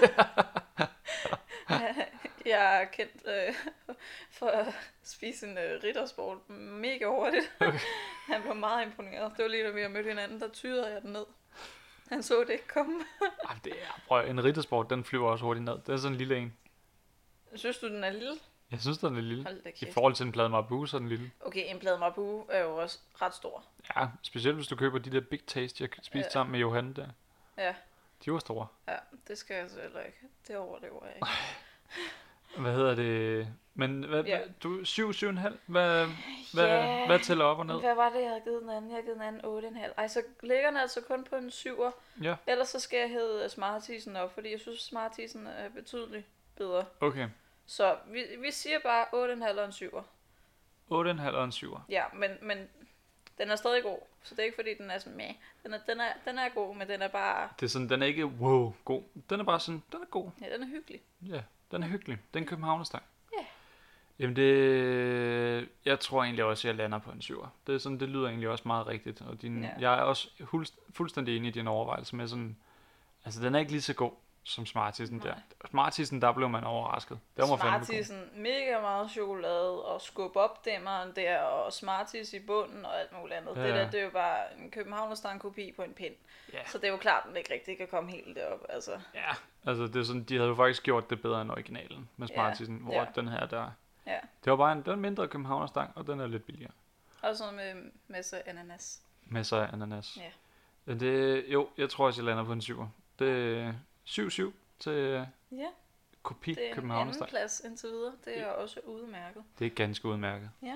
Jeg er kendt øh, for at spise en øh, riddersport mega hurtigt. Okay. Han blev meget imponeret. Det var lige da vi har mødt hinanden, der tyrede jeg den ned. Han så det ikke komme. Ej, det er, prøv, en riddersport, den flyver også hurtigt ned. Det er sådan en lille en. Synes du, den er lille? Jeg synes, den er lille. Hold da I kæft. forhold til en plade Marabu, så er den lille. Okay, en plade Marabu er jo også ret stor. Ja, specielt hvis du køber de der Big Taste, jeg spiste Ja. sammen med Johan der. Ja, De var store. ja, det skal jeg så heller ikke. Det overlever jeg ikke. Hvad hedder det? Men hvad, Ja. hvad, du syv, syv og en halv? Hvad, hvad, Ja. hvad tæller op og ned? Hvad var det, jeg havde givet den anden? Jeg havde givet den anden otte komma fem. Ej, så ligger den altså kun på en syver. Ja, Ellers så skal jeg hæve Smartisen op, fordi jeg synes, Smartisen er betydeligt bedre. okay. Så vi, vi siger bare otte komma fem og en syver. otte og en halv og en syver. Ja, men, men den er stadig god. Så det er ikke fordi, den er sådan meh. Den er, den er, den er god, men den er bare... Det er sådan, den er ikke wow god. Den er bare sådan, den er god. Ja, den er hyggelig. Ja, den er hyggelig. Den københavnerstang. Ja. Jamen det, jeg tror egentlig også, at jeg lander på en syver. Det er sådan, det lyder egentlig også meget rigtigt. Og din, Ja. jeg er også fuldst, fuldstændig enig i din overvejelse med sådan, altså den er ikke lige så god som Smartisen Nej. der. Smartisen, der blev man overrasket. Det var fandme god. Smartisen, mega meget chokolade, og skub op dæmmeren der, og Smarties i bunden, og alt muligt andet. Ja. Det der, det er jo bare en københavnerstang kopi på en pind. Ja. Så det er jo klart, at den ikke rigtig kan komme helt derop. Altså, Ja, altså det er sådan, de havde jo faktisk gjort det bedre end originalen med Ja, Smartisen, hvor ja. den her der, ja. det var bare en, det var en mindre københavnerstang, og den er lidt billigere. Og sådan med masse ananas. Masser af ananas. Ja. Men det, jo, jeg tror også, jeg lander på en syver. Det er syv syv til Ja, kopi det er en anden københavnerstang. plads indtil videre. Det er også udmærket. Det er ganske udmærket. Ja.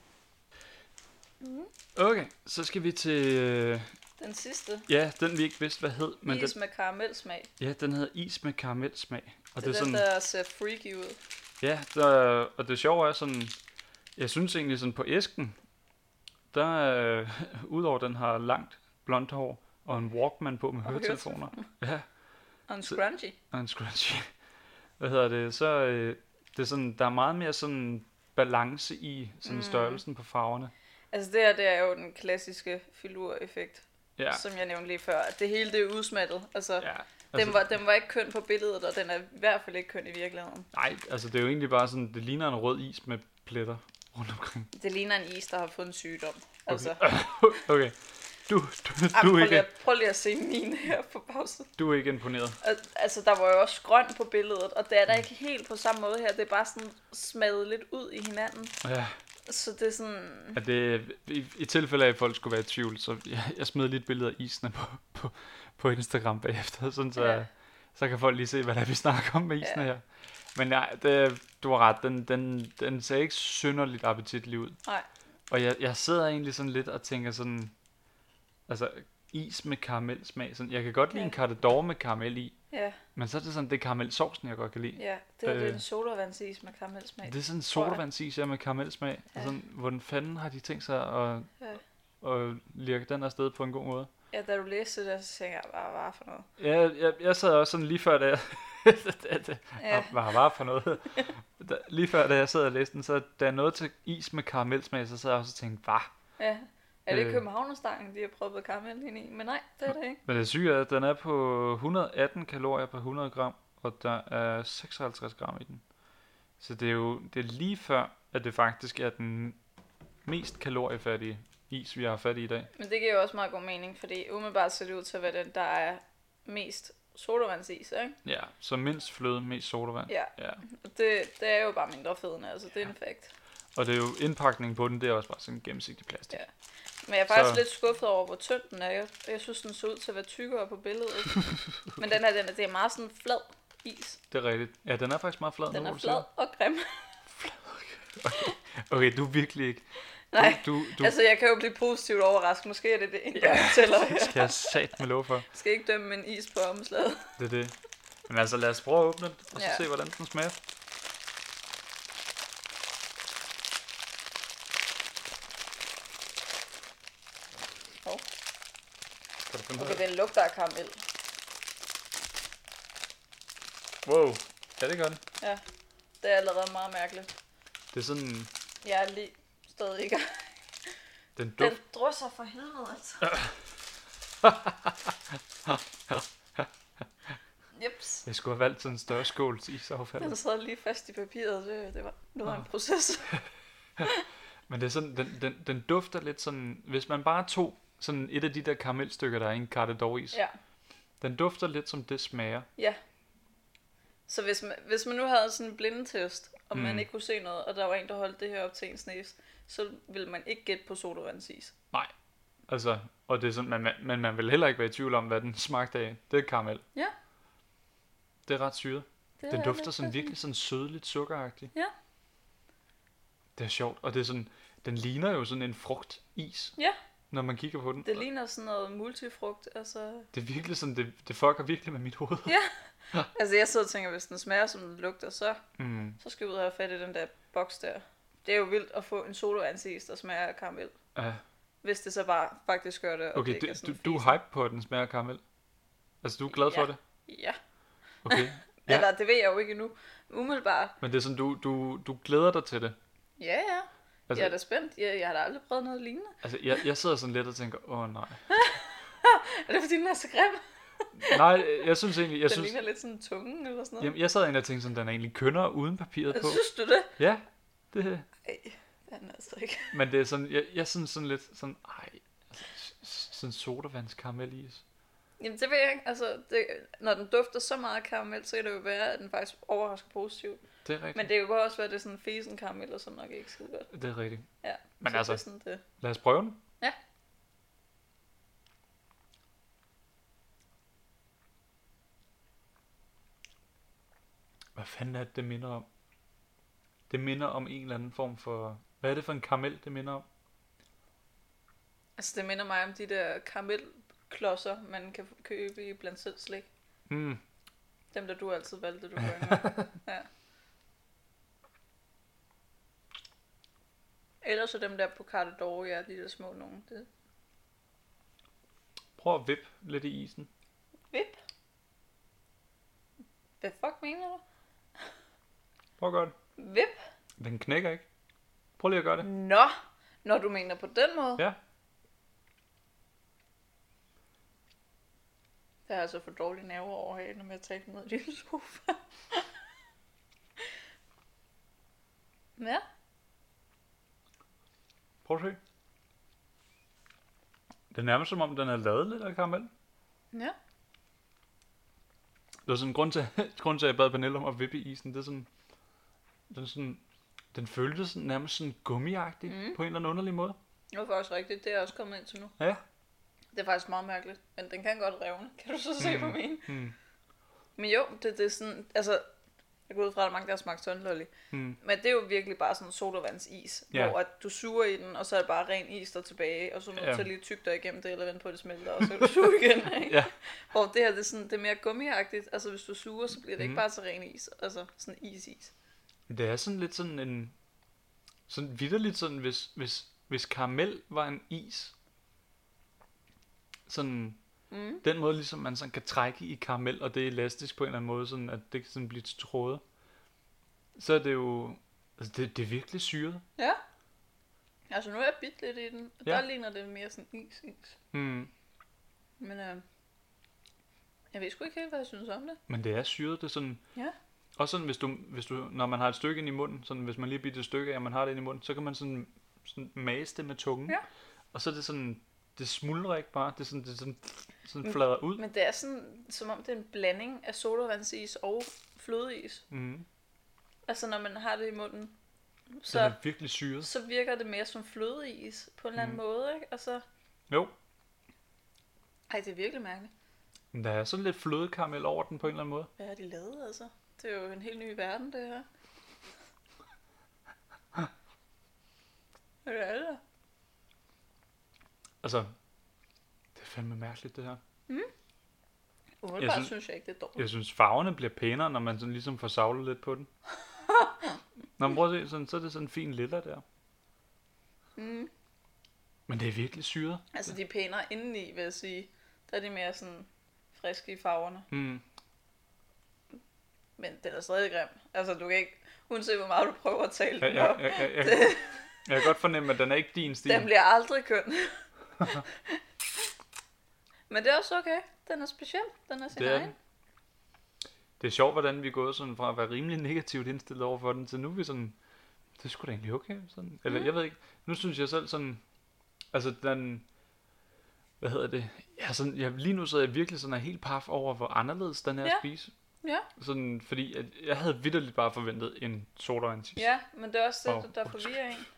Mm. Okay, så skal vi til, øh, Den sidste. ja, den vi ikke vidste, hvad hed. Men Is den, med karamelsmag. ja, den hedder is med karamelsmag. Og Det er det er den, sådan, der ser freaky ud. Ja, der, og det sjove er sådan, jeg synes egentlig sådan på æsken, der øh, udover den har langt blondt hår og en Walkman på med Og høretelefoner. Ja, Og en Så- scrunchie. og en scrunchie. Hvad hedder det? Så øh, det er sådan, der er meget mere sådan balance i sådan Mm. størrelsen på farverne. Altså det her, det er jo den klassiske filur-effekt, Ja, som jeg nævnte lige før. Det hele det er udsmattet. Altså, ja. den, var, den var ikke køn på billedet, og den er i hvert fald ikke køn i virkeligheden. Nej, altså det er jo egentlig bare sådan, det ligner en rød is med pletter rundt omkring. Det ligner en is, der har fået en sygdom. Altså, Okay, du, du, Ej, du, prøv, er lige ikke, at, prøv lige at se mine her på pause. du er ikke imponeret. Al- Altså, der var jo også grøn på billedet, og det er der ikke helt på samme måde her. Det er bare sådan smadret lidt ud i hinanden. Ja, Så det er sådan... at det, i, i tilfælde af, at folk skulle være i tvivl, så jeg, jeg smed lige et billede af isen på, på, på Instagram bagefter, sådan så, Ja. så kan folk lige se, hvad der er, vi snakker om med isen Ja. her. Men nej, det, du har ret, den, den, den ser ikke synderligt appetitlig ud. Nej. Og jeg, jeg sidder egentlig sådan lidt og tænker sådan, altså is med karamelsmag, sådan, jeg kan godt lide Ja. en carte d'or med karamel i, Ja, men så er det sådan, det er karamelsovsen, jeg godt kan lide. ja. Det er, øh. det er Øh. en sodavandsis med karamelsmag. Det er sådan en tror jeg. sodavandsis, ja, med karamelsmag. Ja. Ja. Sådan, hvordan fanden har de tænkt sig at, Ja. at lirke den afsted på en god måde? Ja, da du læste det, så tænkte jeg, hvad var for noget? Ja, jeg, jeg sad også sådan lige før, da jeg... Ja, Hvad har var for noget? Da, lige før, da jeg sad og læste den, så da jeg nåede til is med karamelsmag, så sad jeg også og tænkte, hvad? ja. Er det Øh. Københavnerstangen, de har prøvet karamel ind i? Men nej, det er det ikke. Men det syge er, at den er på et hundrede og atten kalorier per hundrede gram, og der er seksoghalvtreds gram i den. Så det er jo det er lige før, at det faktisk er den mest kaloriefattige is, vi har fat i i dag. Men det giver jo også meget god mening, fordi umiddelbart ser det ud til at være den, der er mest sodavandsis, ikke? Ja, så mindst fløde, mest sodavand. Ja, Ja. og det, det er jo bare mindre fedende, altså det er en fact. Og det er jo indpakningen på den, det er også bare sådan en gennemsigtig plastik. Ja. Men jeg er faktisk Så- lidt skuffet over, hvor tynd den er. Jeg, jeg synes, den så ud til at være tykkere på billedet. Men den her, den er, det er meget sådan flad is. Det er rigtigt. Ja, den er faktisk meget flad. Den nu, er hvor du flad og grim. siger det. Okay, du er virkelig ikke. Nej, Du, du, altså jeg kan jo blive positivt overrasket. Måske er det det, en gang tæller her. skal jeg sat med lov for. Jeg skal ikke dømme en is på omslaget. Det er det. Men altså, lad os prøve at åbne den, og så Ja. se, hvordan den smager. Hov. Kan du finde Okay, okay. den lugter af karamel. Wow. Ja, det gør den. Ja, det er allerede meget mærkeligt. Det er sådan, Jeg er lige stadig ikke. den duft. Den drysser for helvede, altså. Jeps. Jeg skulle have valgt sådan en større skål til isaffald. Den sad lige fast i papiret. Det, det var noget af en Ah. proces. Men det er sådan, den, den, den dufter lidt sådan, hvis man bare tog sådan et af de der karamelstykker, der er i en carte d'or is. Ja. Den dufter lidt som det smager. Ja. Så hvis man, hvis man nu havde sådan en blindetest, og mm. man Mm. ikke kunne se noget, og der var en, der holdt det her op til ens næse, så ville man ikke gætte på sodavandsis. Altså, og det er sådan, man, man, men man vil heller ikke være i tvivl om, hvad den smagte af. Det er karamel. Ja. Det er ret syret. Det Den er dufter lidt sådan sådan- virkelig sådan sødligt sukkeragtigt. Ja. Det er sjovt, og det er sådan, den ligner jo sådan en frugtis, Ja. når man kigger på den. Det ligner sådan noget multifrugt, altså... Det er virkelig sådan, det, det fucker virkelig med mit hoved. Ja. Altså jeg sidder og tænker, hvis den smager som den lugter, så, Mm. så skal vi ud og have fat i den der boks der. Det er jo vildt at få en sodavandsis, der smager af karamel. Ja. Hvis det så bare faktisk gør det, og Okay, det ikke du, er du, sådan du er hype på, at den smager af karamel? Altså, du er glad for Ja. det? Ja. Okay. Ja. Ja. Eller det ved jeg jo ikke endnu. Umiddelbart. Men det er sådan, du, du, du glæder dig til det? Ja, ja. Altså, Altså, jeg er da spændt. Jeg, jeg har da aldrig prøvet noget lignende. altså jeg, jeg sidder sådan lidt og tænker, åh nej. Er det fordi, den er så grim? Nej, jeg synes egentlig, jeg Den synes... ligner lidt sådan en tunge eller sådan noget. Jamen, jeg sad egentlig og tænkte sådan, den er egentlig kønnere uden papiret på. Synes du det? Ja, det, Ej, den er altså ikke. men det er sådan, jeg, jeg synes sådan lidt sådan, ej, altså, s- s- sådan sodavandskaramelis. Jamen det ved jeg ikke. Altså, det, når den dufter så meget af karamel, så kan det jo være, at den faktisk overrasker positivt. Det er rigtigt. Men det kan jo også være, at det er sådan en fesen karamel, og så nok ikke skide godt. Det er rigtigt. Ja, Men så altså- det er sådan det. Lad os prøve den. Ja. Hvad fanden er det, det minder om? Det minder om en eller anden form for... Hvad er det for en karamel, det minder om? Altså, det minder mig om de der karamelklodser, man kan købe i blandt selv slik. Mm. Dem, der du altid valgte, du gør. Ja. Ellers så dem der på Carte d'Or, ja, de der små nogen. Det. Prøv at vippe lidt i isen. Vip? Hvad fuck mener du? Prøv at gøre det. Vip? Den knækker ikke. Prøv lige at gøre det. Nå, når du mener på den måde. Ja. Der er altså for dårlige nerver over her, når jeg tager ned i din sofa. Ja. Prøv at se. Det er nærmest som om, den er lavet lidt af karamel. Ja. Det var sådan en grund til, grund til at jeg bad Pernille om at vippe i isen. Det er sådan, den, er sådan, den føltes sådan, nærmest sådan gummiagtig mm. på en eller anden underlig måde. Det var faktisk rigtigt. Det er også kommet ind til nu. Ja. Det er faktisk meget mærkeligt. Men den kan godt revne. Kan du så se mm. på min? Mm. Men jo, det, det er sådan... Altså, jeg går ud fra, at mange der har smagt sundlolly. Mm. Men det er jo virkelig bare sådan sodavandsis. Ja. Hvor at du suger i den, og så er det bare ren is der tilbage. Og så er du nødt Ja. til at lige tygge dig igennem det, eller vente på, at det smelter, og så kan du suge igen. Ikke? Ja. Hvor det her, det er, sådan, det er mere gummiagtigt. Altså, hvis du suger, så bliver det Mm. ikke bare så ren is. Altså, sådan is-is. Det er sådan lidt sådan en... Sådan vitterligt sådan, hvis, hvis, hvis karamel var en is. Sådan... Mm. Den måde, ligesom man sådan kan trække i karamel, og det er elastisk på en eller anden måde, sådan at det kan sådan blive til tråde. Så er det jo... Altså, det, det er virkelig syret. Ja. Altså, nu er jeg bidt lidt i den. Og Ja. der ligner det mere sådan is-is. Mm. Men øh, jeg ved sgu ikke helt, hvad jeg synes om det. Men det er syret, det er sådan... Ja. Også sådan, hvis du, hvis du, når man har et stykke ind i munden, sådan, hvis man lige bitter et stykke af, og man har det ind i munden, så kan man sådan, sådan mase det med tungen. Ja. Og så er det sådan, det smuldrer ikke bare, det er sådan, det er sådan, sådan flader ud. Men det er sådan, som om det er en blanding af sodavandsis og flødeis. Mm. Altså, når man har det i munden, Den så, er virkelig syret. så virker det mere som flødeis på en eller anden Mm. måde, ikke? Altså, Jo, ej, det er virkelig mærkeligt. men der er sådan lidt flødekaramel over den på en eller anden måde. Hvad har de lavet, altså? Det er jo en helt ny verden, det her. Hvad er det der? Altså, det er fandme mærkeligt det her. Umiddelbart Jeg synes- synes jeg ikke, det er dårligt. Jeg synes, farverne bliver pænere, når man sådan ligesom får savlet lidt på den. Når man prøver at se, sådan, så er det sådan en fin lilla der. Mm. Men det er virkelig syret. Altså, de er pænere indeni, vil jeg sige. Der er de mere sådan friske i farverne. Mm. Men den er stadig grim. Altså, du kan ikke, uanset hvor meget du prøver at tale Jeg, den jeg, op, jeg, jeg, jeg, jeg kan godt fornemme, at den er ikke din stil. den bliver aldrig køn. Men det er også okay. Den er speciel. Den er sin Det er egen. den. Det er sjovt, hvordan vi er gået sådan fra at være rimelig negativt indstillet over for den, til nu er vi sådan, det er sgu da egentlig okay. Sådan. Eller Mm. jeg ved ikke, nu synes jeg selv sådan, altså den, hvad hedder det, ja, sådan, jeg, lige nu så er jeg virkelig sådan er helt paf over, hvor anderledes den er Ja. at spise. Ja. Sådan, fordi at jeg havde vitterligt bare forventet en sodavandsis. Ja, men det er også det, Åh, der forvirrer en.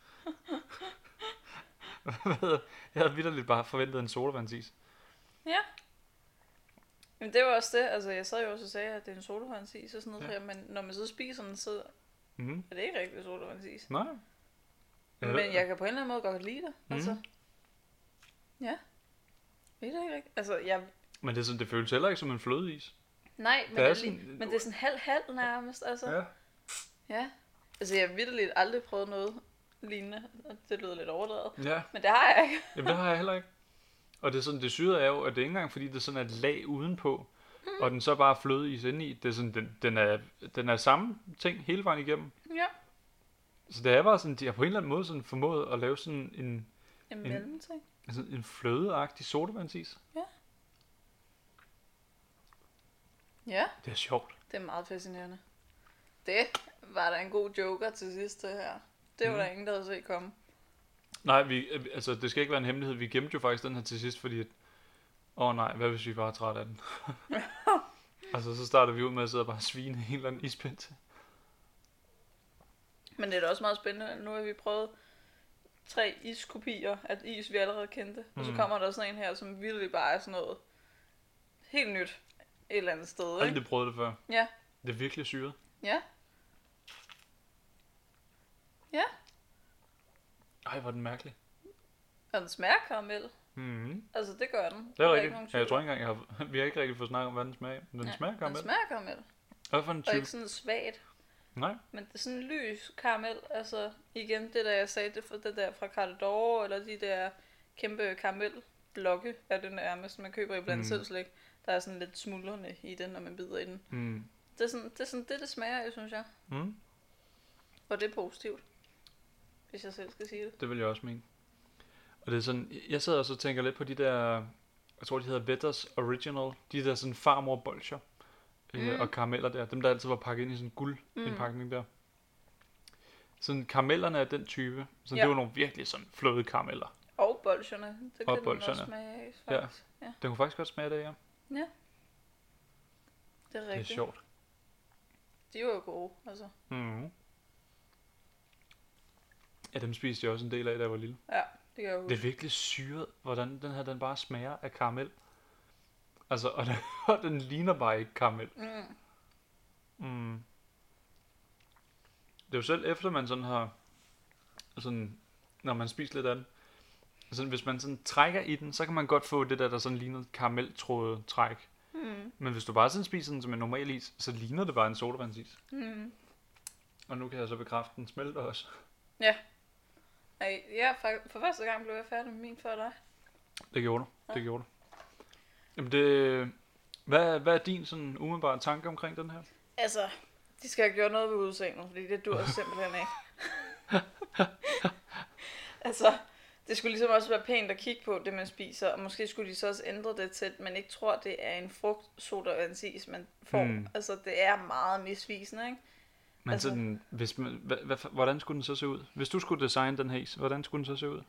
Hvad hedder- jeg havde vitterligt bare forventet en sodavandsis. Ja. Men det var også det. Altså, jeg sad jo også og sagde, at det er en sodavandsis og sådan noget. Ja. Ja. Men når man så spiser den, så Mhm. er det ikke rigtig sodavandsis. Nej. Men jeg kan på en eller anden måde godt lide det. Altså. Mhm. Ja. Ved det ikke rigtigt? Altså, jeg... Men det, er sådan, det føles heller ikke som en flødeis. Nej, men Det er det, er sådan- lige... men det er sådan halv-halv nærmest, altså. Ja. Ja. Altså, jeg har vitterligt aldrig prøvet noget lignende. Og det lyder lidt overdrevet. Ja. Men det har jeg ikke. Jamen, det har jeg heller ikke. Og det er sådan, det syrede er jo, at det er ikke engang fordi, det er sådan et lag udenpå, mm. og den så bare flødeis indeni. Det er sådan, den, den, er, den er samme ting hele vejen igennem. Ja. Så det er bare sådan, de har på en eller anden måde sådan formået at lave sådan en, En En- mellemting. sådan en flødeagtig sodavandsis. Ja, Det er sjovt. det er meget fascinerende. Det var der en god joker til sidst, det her. Det var Mm. der ingen, der havde set komme. Nej, vi, altså det skal ikke være en hemmelighed. Vi gemte jo faktisk den her til sidst, fordi at, åh oh, nej, hvad hvis vi bare er trætte af den? Altså så starter vi ud med at sidde og bare svine en eller anden ispind til. Men det er da også meget spændende. Nu har vi prøvet tre iskopier af is, vi allerede kendte. Mm. Og så Mm. kommer der sådan en her, som virkelig bare er sådan noget helt nyt et eller andet sted. Ikke? Aldrig prøvet det før. Ja, Det er virkelig syret. ja. Ja, Ej, hvor er den mærkelig. og den smager karamel. Mm-hmm. Altså, det gør den. Det er Der rigtigt. ikke nogen Ja, jeg tvivl. tror ikke engang, jeg har, vi har ikke rigtig fået snakket om, hvad den smager. Men den Ja, smager karamel. Den smager karamel. Hvad for en Og type? ikke sådan svagt. Nej. Men det er sådan en lys karamel, altså igen, det der jeg sagde, det, for det der fra Carl Dor, eller de der kæmpe karamelblokke, er det nærmest, man køber i blandt Mm. selv slik. Der er sådan lidt smuldrende i den, når man bider i den. Mm. Det er sådan det, er sådan, det, det smager af, synes jeg. Mm. Og det er positivt, hvis jeg selv skal sige det. Det vil jeg også mene. Og det er sådan, jeg sidder også og tænker lidt på de der, jeg tror de hedder Vetters Original, de der sådan farmor-bolcher Mm. øh, og karameller der, dem der altid var pakket ind i sådan en guldindpakning der. Sådan karamellerne er den type, så Ja. det var nogle virkelig sådan fløde karameller. Og bolcherne, det Og kan den bolcherne. også smage af, faktisk. Ja. ja, Den kunne faktisk godt smage det, ja. det er Det er rigtigt. sjovt. De var jo gode, altså. Mm. Ja, dem spiste jeg også en del af, da jeg var lille. Ja, det kan jeg Det huske. er virkelig syret, hvordan den her den bare smager af karamel. Altså, og den, og den ligner bare ikke karamel. Mm. Mm. Det er jo selv efter man sådan har, sådan, når man spiser lidt af den, altså hvis man sådan trækker i den, så kan man godt få det der, der sådan ligner karameltrådet træk. Mm. Men hvis du bare sådan spiser den som en normal is, så ligner det bare en sodavandsis. Mm. Og nu kan jeg så bekræfte, den smelter også. Ej, ja, for, for første gang blev jeg færdig med min før dig. Det gjorde du, Ja. det gjorde du. Jamen det, hvad, hvad er din sådan umiddelbare tanke omkring den her? Altså, de skal have gjort noget ved udseendet, fordi det dur simpelthen ikke. Altså, det skulle ligesom også være pænt at kigge på, det man spiser, og måske skulle de så også ændre det til, at man ikke tror, det er en frugt sodavandsis, man får. Mm. Mm. Altså, det er meget misvisende, ikke? Men Altså- sådan, hvis man, hvad, hvad, hvordan skulle den så se ud? Hvis du skulle designe den her is, hvordan skulle den så se ud?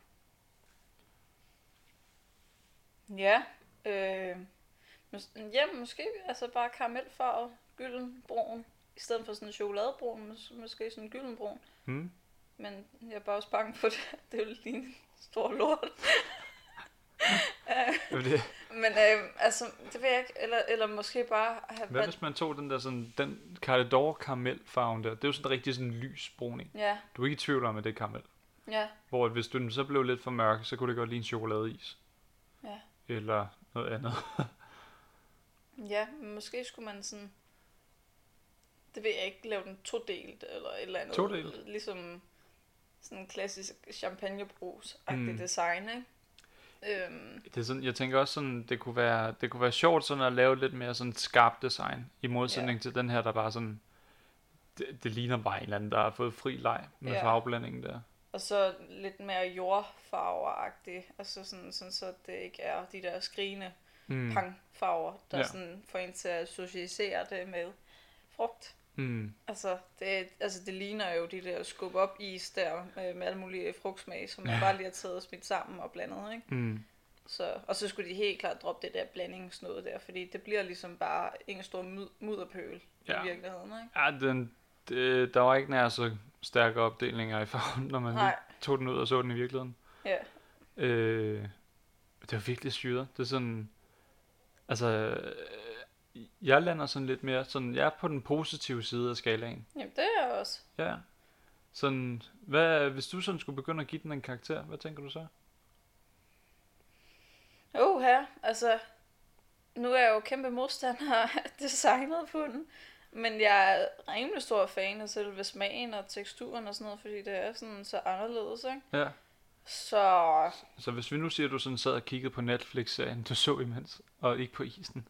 Ja, øh, mås- ja, måske altså bare karamelfarvet, gyldenbrun, i stedet for sådan en chokoladebrun, mås- måske sådan en gyldenbrun. Hmm? Men jeg er bare også bange for det. Det er jo lige en stor lort. Øh, Det, Men øh, altså, det ved jeg ikke. Eller, eller måske bare have hvad hvis man tog den der sådan, den Carle d'Or karamelfarven der, det er jo sådan rigtig sådan lys brun, ikke? Ja, Du er ikke i tvivl om, at det er karamel. ja, Hvor hvis du den så blev lidt for mørk, så kunne det godt lide en chokoladeis. ja. Eller noget andet. Ja, men måske skulle man sådan... Det ved jeg ikke, lave den todelt eller et eller andet. Todelt? Ligesom sådan en klassisk champagnebrus-agtig Mm. mm. design, ikke? Øhm, Det er sådan, jeg tænker også sådan, det kunne være, det kunne være sjovt sådan at lave lidt mere sådan skarpt design, i modsætning Ja. til den her, der bare sådan, det, det ligner bare en eller anden, der har fået fri leg med Ja. farveblandingen der. og så lidt mere jordfarver-agtig. Altså sådan, sådan, så det ikke er de der skrigende Mm. pangfarver, der Ja. ja. sådan får en til at associere det med frugt. Mm. Altså det, altså, det ligner jo de der skub op is der med, med alle mulige frugtsmag, som man Ja. bare lige har taget og smidt sammen og blandet, ikke? Mm. Så, og så skulle de helt klart droppe det der blandingsnåde der, fordi det bliver ligesom bare en stor mud, mudderpøl Ja. i virkeligheden, ikke? Ja, den, det, der var ikke nær så stærke opdelinger i farven, når man lige Nej, tog den ud og så den i virkeligheden. ja. Øh, det var virkelig syret. Det er sådan, altså, øh, jeg lander sådan lidt mere, sådan, jeg er på den positive side af skalaen. Jamen det er jeg også. Ja. Sådan, hvad, hvis du sådan skulle begynde at give den en karakter, hvad tænker du så? Åh her, altså, nu er jeg jo kæmpe modstander af designet på den, men jeg er rimelig stor fan af selve smagen og teksturen og sådan noget, fordi det er sådan så anderledes, ikke? Ja. Så Så hvis vi nu siger, at du sådan sad og kiggede på Netflix-serien, du så imens, og ikke på isen.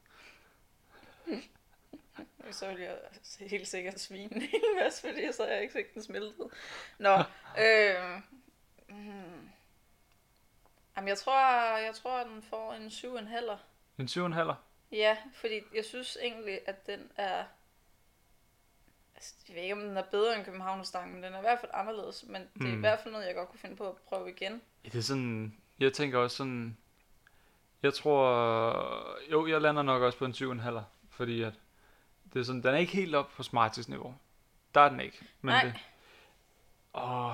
så vil jeg helt sikkert svine en hel masse, fordi så har jeg ikke set den smeltet. Nå, øh, hmm. Jamen jeg tror, jeg tror, at den får en syv og en halver. En syv og en halver? Ja, fordi jeg synes egentlig, at den er... Altså, jeg ved ikke, om den er bedre end Københavnerstangen, men den er i hvert fald anderledes. Men det er Mm. i hvert fald noget, jeg godt kunne finde på at prøve igen. Ja, det er sådan, jeg tænker også sådan, jeg tror, jo, jeg lander nok også på en syv og en halver, fordi at det er sådan, den er ikke helt op på Smarties niveau. Der er den ikke. Men Nej. det, åh,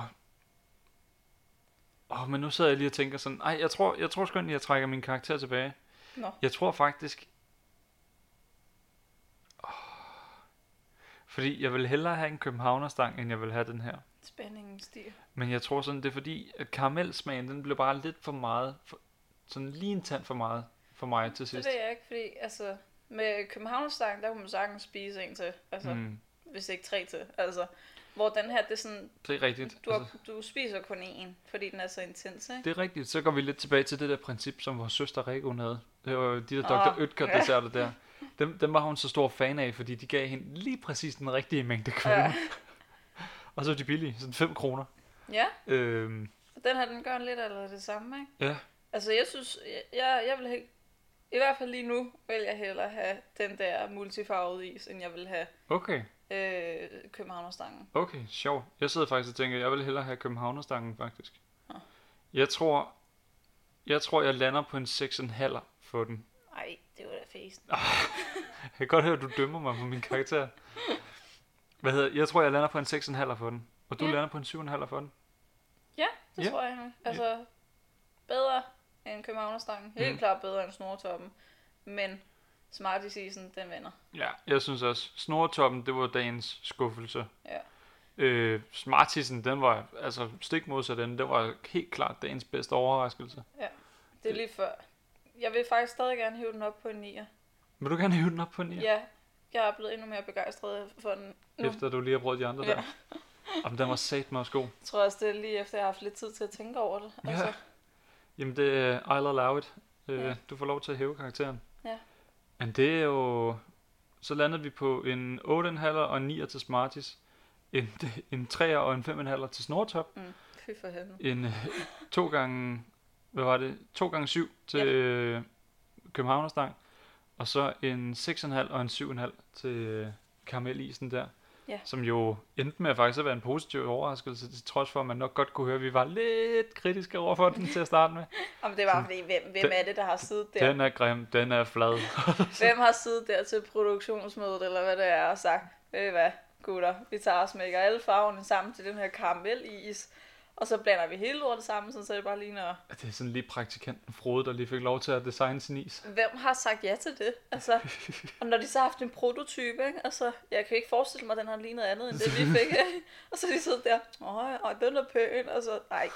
åh, men nu sidder jeg lige og tænker sådan, ej, jeg tror, jeg tror sgu egentlig, jeg trækker min karakter tilbage. Nå. Jeg tror faktisk, åh, fordi jeg vil hellere have en københavnerstang, end jeg vil have den her. Spændingen stiger. Men jeg tror sådan, det er fordi, at karamelsmagen, den blev bare lidt for meget, for, sådan lige en tand for meget for mig til Det sidst. ved jeg ikke, fordi altså, med Københavnerstangen, der kunne man sagtens spise en til. Altså, mm. Mm. hvis ikke tre til. Altså, hvor den her, det er sådan, Det er rigtigt. du, har, Altså, du spiser kun én, fordi den er så intens, ikke? det er rigtigt. Så går vi lidt tilbage til det der princip, som vores søster Rikke, hun havde. Det var jo de der Åh, doktor Oetker ja. desserter der. Dem, dem var hun så stor fan af, fordi de gav hende lige præcis den rigtige mængde kød. Ja. Og så er de billige, sådan fem kroner. Ja, Øhm, og den her, den gør lidt eller det samme, ikke? ja, Altså, jeg synes, jeg, jeg, jeg vil have, i hvert fald lige nu, vil jeg hellere have den der multifarvede is, end jeg vil have okay. øh, københavnerstangen. Okay, sjovt. Jeg sidder faktisk og tænker, jeg vil hellere have københavnerstangen faktisk. Nå. Jeg tror, jeg tror, jeg lander på en seks komma fem for den. Ej, det var da fæst. Jeg kan godt høre, at du dømmer mig på min karakter. Hvad hedder, jeg tror, jeg lander på en seks komma fem for den. Og du Ja. lander på en syv komma fem for den. Ja, det Ja. tror jeg nok. Altså, bedre end københavnerstangen. Helt Mm. klart bedre end snortoppen. Men Smarties isen, den vinder. Ja, jeg synes også. Snoretoppen, det var dagens skuffelse. Ja. Øh, Smartisen, den var altså stik modsat den. Det var helt klart dagens bedste overraskelse. Det er lige før. Jeg vil faktisk stadig gerne hive den op på en nier. Vil du gerne hive den op på en nier? Ja, jeg er blevet endnu mere begejstret for den nu. Efter du lige har prøvet de andre Ja. der. Jamen, den var satme også god. Jeg tror også, det er lige efter, jeg har haft lidt tid til at tænke over det. Ja. Altså, Jamen, det er I'll allow it. Øh, Ja. Du får lov til at hæve karakteren. Ja. Men det er jo... Så landede vi på en otte komma fem og en nier til Smarties. En, en treer og en fem komma fem til Snortop. mm, fy for helvede. En øh, to gange... Hvad var det? to gange syv til øh, Københavnerstang. Og så en seks komma fem og en syv komma fem til øh, karamelisen der. Ja. Som jo endte med at faktisk at være en positiv overraskelse, til trods for, at man nok godt kunne høre, at vi var lidt kritiske over for den til at starte med. Jamen, det var fordi, hvem, hvem Den- er det, der har siddet der? Den er grim, den er flad. Hvem har siddet der til produktionsmødet, eller hvad det er, og sagt, ved I hvad, gutter, vi tager og smækker alle farverne sammen til den her karamelis, og så blander vi hele lortet sammen, sådan, så det bare ligner... Det er sådan lige praktikanten Frode, der lige fik lov til at designe sin is. Hvem har sagt ja til det? Altså, og når de så har haft en prototype, ikke? Altså, jeg kan ikke forestille mig, at den har lignet andet end det, vi fik, ikke? Og så de sidder der, åh, åh, den er pæn, og så, nej,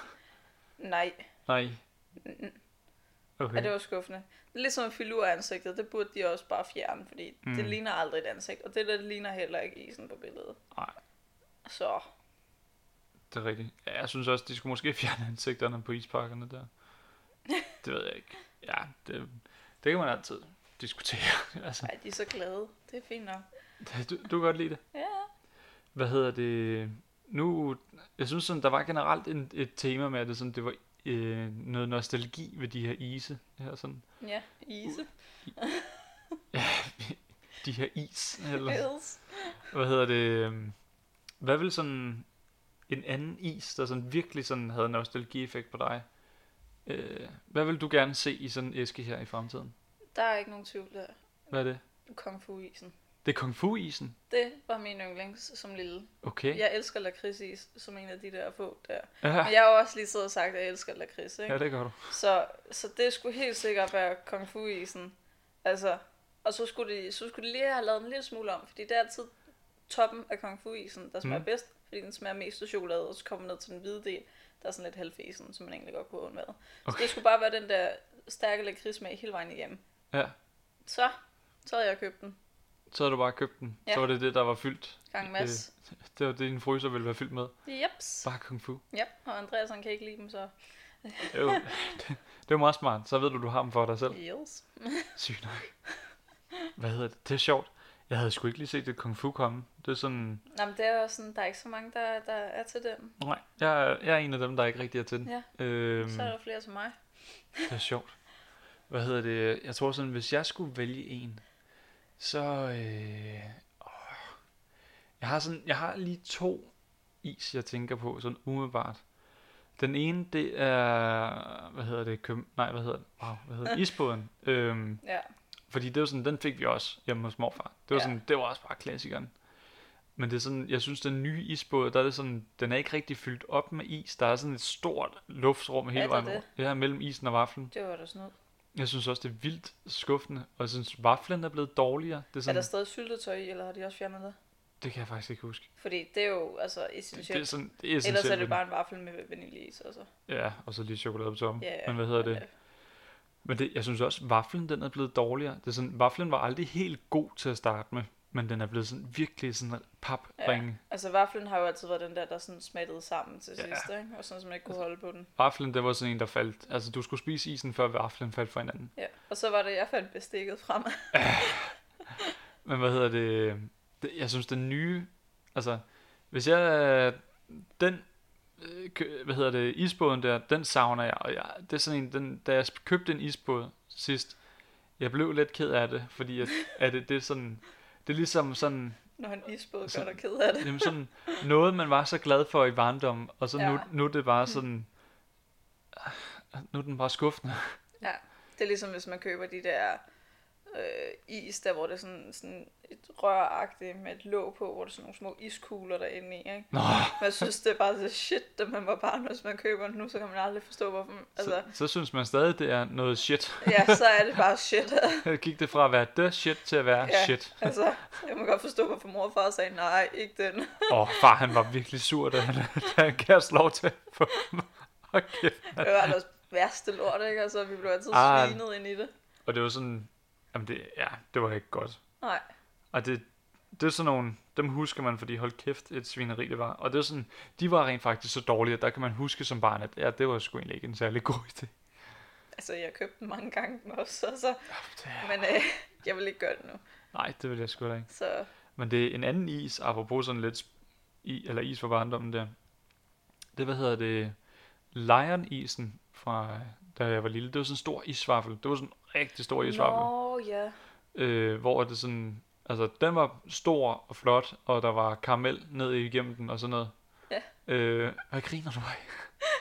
nej, Nej. Mm, Okay. ja, det var skuffende. Det er ligesom en filur af ansigtet, det burde de også bare fjerne, fordi mm. det Mm. ligner aldrig et ansigt, og det der det ligner heller ikke isen på billedet. Nej, Så, det er rigtigt. Ja, jeg synes også, de skulle måske fjerne ansigterne på ispakkerne der. Det ved jeg ikke. Ja, det, det kan man altid diskutere. altså, ej, de er så glade. Det er fint nok. du, du kan godt lide det. Ja, Hvad hedder det? Nu, jeg synes sådan, der var generelt en, et tema med, at det, sådan, det var øh, noget nostalgi ved de her ise. Her, sådan. ja, ise. De her is. Eller, Yes. hvad hedder det? øhm, Hvad vil sådan en anden is, der sådan virkelig sådan havde nostalgi-effekt på dig? Øh, hvad vil du gerne se i sådan en æske her i fremtiden? Der er ikke nogen tvivl der. Hvad er det? Kung Fu-isen. Det er Kung Fu-isen. Det var min yndlings som lille. Okay. Jeg elsker lakridsis som en af de der få der. Ja, Men jeg har jo også lige siddet og sagt, at jeg elsker lakrids, ikke? ja, det gør du. Så, så det skulle helt sikkert være Kung Fu-isen. Altså, og så skulle, de, så skulle de lige have lavet en lille smule om, fordi det er altid toppen af Kung Fu-isen, der smager Mm. mm. bedst, fordi den smager mest af chokolade, og så kommer man ned til den hvide del, der er sådan lidt halvfesen, som man egentlig godt kunne undvære. Okay. Så Okay. det skulle bare være den der stærke lakridssmag hele vejen igennem. Ja. Så, så havde jeg købt den. Så havde du bare købt den. Ja. Så var det det, der var fyldt. Gang Mads. Det var det, din fryser ville være fyldt med. Jeps. Bare Kung Fu. Ja, og Andreas han kan ikke lide dem, så Jo, det, det er jo meget smart. Så ved du, du har dem for dig selv. yes. Sygt nok. Hvad hedder det? Det er sjovt. Jeg havde sgu ikke lige set det Kung Fu komme. Det er sådan... Nå, men det er jo sådan, der er ikke så mange, der, der er til den. Nej, jeg er, jeg er en af dem, der ikke rigtig er til den. Ja, Øhm, så er der flere som mig. det er sjovt. Hvad hedder det? Jeg tror sådan, hvis jeg skulle vælge en, så... Øh, åh, jeg har sådan, jeg har lige to is, jeg tænker på, sådan umiddelbart. Den ene, det er... Hvad hedder det? Køm, nej, hvad hedder det? Wow, hvad hedder det? Isbåden. Øhm, Ja, Fordi det var sådan, den fik vi også hjemme hos morfar. Det var Ja. sådan, det var også bare klassikeren. Men det er sådan, jeg synes den nye isbåd, der er det sådan, den er ikke rigtig fyldt op med is. Der er sådan et stort luftrum hele Er der vejen det? rundt. Ja, mellem isen og vaflen. det var da sådan noget. Jeg synes også, det er vildt skuffende. Og jeg synes, vaflen er blevet dårligere. Det er Er sådan, der stadig syltetøj i, eller har de også fjernet det? det kan jeg faktisk ikke huske. Fordi det er jo altså Det, det er essentielt. sådan, det er Ellers er essentielt, det bare en vaffel med vaniljeis, altså. ja, og så lige chokolade på toppen. Ja, Men hvad hedder men, det? øh, Men det, jeg synes også, vaflen den er blevet dårligere. Det er sådan, vaflen var aldrig helt god til at starte med. men den er blevet sådan virkelig sådan papringe. Ja. Altså vaflen har jo altid været den der, der sådan smattede sammen til Ja. sidst, ikke? Og sådan, så man ikke kunne holde på den. Vaflen, det var sådan en, der faldt. Altså, du skulle spise isen, før vaflen faldt fra hinanden. Ja, og så var det, jeg fandt bestikket frem. Men hvad hedder det? det? Jeg synes, den nye... Altså, hvis jeg... Den... øh, kø- Hvad hedder det? Isbåden der, den savner jeg. Og jeg, det er sådan en... Den, da jeg købte en isbåd sidst, jeg blev lidt ked af det, fordi at, at det, det er sådan... Det er ligesom sådan... Når en isbåd gør Sådan- dig ked af det. Jamen sådan noget, man var så glad for i barndommen, og så nu, Ja. nu er det bare sådan... Nu er den bare skuffende. Ja, det er ligesom hvis man køber de der øh, is, der hvor det er sådan, sådan et røragtigt med et låg på, hvor der er sådan nogle små iskugler derinde i, ikke? Nå, Men jeg synes, det er bare så shit, da man var barn, hvis man køber den nu, så kan man aldrig forstå, hvorfor man, altså, så, så synes man stadig, det er noget shit. ja, så er det bare shit. Gik det fra at være the shit til at være Ja. shit. Altså, jeg må godt forstå, hvorfor mor og far sagde, nej, ikke den. Og far, han var virkelig sur, da han, da han gav os lov til at få dem. Okay. Det var ellers værste lort, ikke? Altså, vi blev altid Ah. svinet ind i det. Og det var sådan, jamen det, ja, det var ikke godt. Nej, Og det, det er sådan nogle, dem husker man, fordi hold kæft, et svineri det var. Og det er sådan, de var rent faktisk så dårlige, at der kan man huske som barn, at ja, det var sgu egentlig ikke en særlig god idé. altså, jeg købte den mange gange den også, altså, Det, men øh, jeg vil ikke gøre det nu. nej, det vil jeg sgu da ikke. Så Men det er en anden is, apropos sådan lidt sp- i, eller is for barndommen der. Det, hvad hedder det, Lion-isen fra, da jeg var lille. Det var sådan en stor isvaffel. Det var sådan en rigtig stor isvaffel. Nå, ja. Øh, hvor det sådan, altså den var stor og flot, og der var karamel ned igennem den og sådan noget. Ja. Øh, hvad griner du af?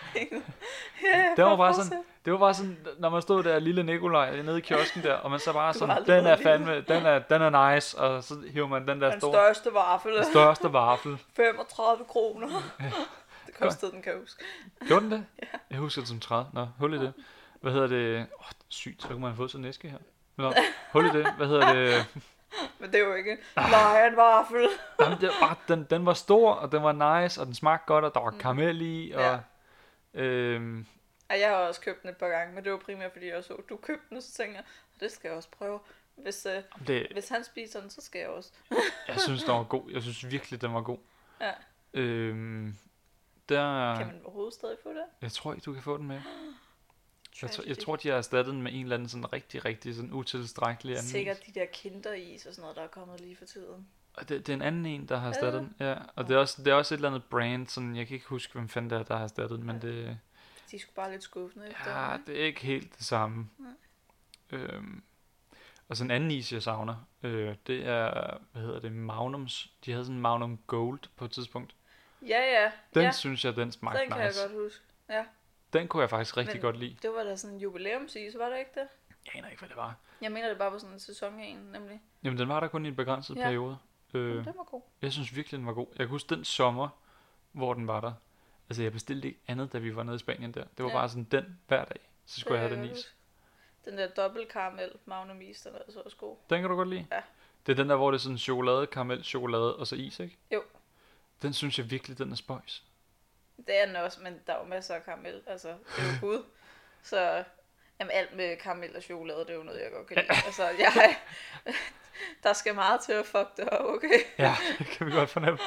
Ja, Det var prøv bare at sådan, fortsætte. det var bare sådan, når man stod der lille Nikolaj nede i kiosken der, og man så bare Du sådan, har aldrig den er været lille. fandme, den er, den er nice, og så hiver man den der Den store, største vaffel, den største vaffel. femogtredive kroner. Det kostede den, kan jeg huske. Gjorde den det? Ja. Jeg husker det som tredive. Nå, hul i det. Hvad hedder det? Åh, oh, sygt, så kunne man have fået sådan en æske her. Nå, hul i det. Hvad hedder det? Men det er jo ikke Lion vaffel. Jamen, det var, den, den var stor, og den var nice, og den smagte godt, og der var karamel i, og... Ja. Øhm, Ej, jeg har også købt den et par gange, men det var primært fordi jeg så, du købte den, så tænkte jeg, det skal jeg også prøve. Hvis, øh, det, hvis han spiser den, så skal jeg også. jeg synes, den var god. Jeg synes virkelig, den var god. Ja. Øhm, der... Kan man overhovedet stadig få det? Jeg tror ikke, du kan få den med. Jeg, tror, jeg Tragedy. tror, de har erstattet den med en eller anden sådan rigtig, rigtig sådan utilstrækkelig anden Sikkert is. de der kinderis og sådan noget, der er kommet lige for tiden. Og det, det er en anden en, der har Er det erstattet den. Ja, og det er, også, det er også et eller andet brand, sådan, jeg kan ikke huske, hvem fanden det er, der har erstattet den, men det, De er sgu bare lidt skuffende efter. ja, det er ikke helt det samme. Nej. Øhm, og så en anden is, jeg savner, øh, det er, hvad hedder det, Magnums. De havde sådan en Magnum Gold på et tidspunkt. Ja, ja. Den ja, synes jeg, den smagte den kan nice. jeg godt huske. Ja, Den kunne jeg faktisk rigtig Men- godt lide. det var da sådan en jubilæumsis, var det ikke det? Jeg aner ikke, hvad det var. Jeg mener, det bare var sådan en sæson en, nemlig. Jamen, den var der kun i en begrænset Ja. periode. Øh, Øh. Den var god. Jeg synes virkelig, den var god. Jeg kan huske den sommer, hvor den var der. Altså, jeg bestilte ikke andet, da vi var nede i Spanien der. Det var Ja. bare sådan den hver dag. Så skulle Det jeg kan have den godt is. huske. Den der dobbelt karamel Magnum is, den er altså også god. Den kan du godt lide? Ja. Det er den der, hvor det er sådan chokolade, karamel, chokolade og så is, ikke? Jo. Den synes jeg virkelig, den er spøjs. Det er den også, men der er jo masser af karamel. Altså, det er jo Gud. Så jamen, alt med karamel og chokolade, det er jo noget, jeg godt kan lide. Altså, jeg, der skal meget til at fuck det op, okay? Ja, det kan vi godt fornemme.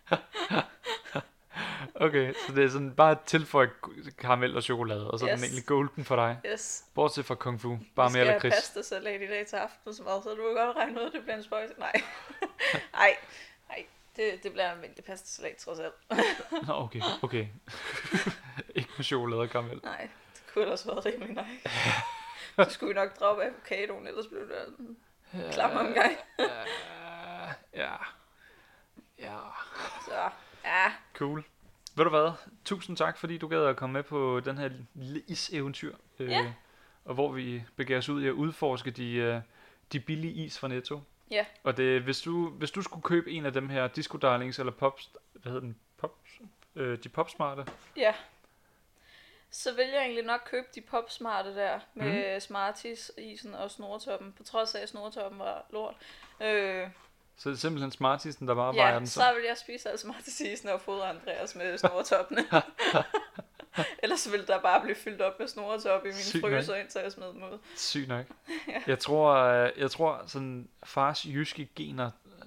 Okay, så det er sådan bare tilføje karamel og chokolade, og så yes. er den Yes. egentlig golden for dig. Yes. Bortset fra kung fu. Bare Vi mere skal have lakrids. pasta salat i dag til aftensmad, så du kan godt regne ud, at det bliver en spøjse. Nej. Nej. Nej. Det, det bliver en almindelig pasta salat, trods alt. Nå, okay, okay. Ikke med chokolade og karamel. Nej, det kunne ellers været rimelig nej. Så skulle vi nok droppe avocadoen, ellers blev det en klam omgang. Ja, ja, ja. Så, ja. Cool. Ved du hvad? Tusind tak, fordi du gad at komme med på den her lille is-eventyr. Ja. Øh, og hvor vi begiver os ud i at udforske de, øh, de billige is fra Netto. Ja. Og det, hvis, du, hvis du skulle købe en af dem her Disco Darlings eller Pops, hvad hedder den? Pops? Øh, de Popsmarte. Ja. Så vil jeg egentlig nok købe de popsmarte der med mm. Smarties, isen og snortoppen, på trods af at snortoppen var lort. Øh, Så det er simpelthen Smartisen, der bare ja, vejer den så. så vil jeg spise alle Smarties-isen og fodre Andreas med snortoppene. Ellers ville der bare blive fyldt op med snortop i min Sygt fryser, indtil jeg smed dem ud. Sygt nok. Jeg tror, øh, jeg tror sådan fars jyske gener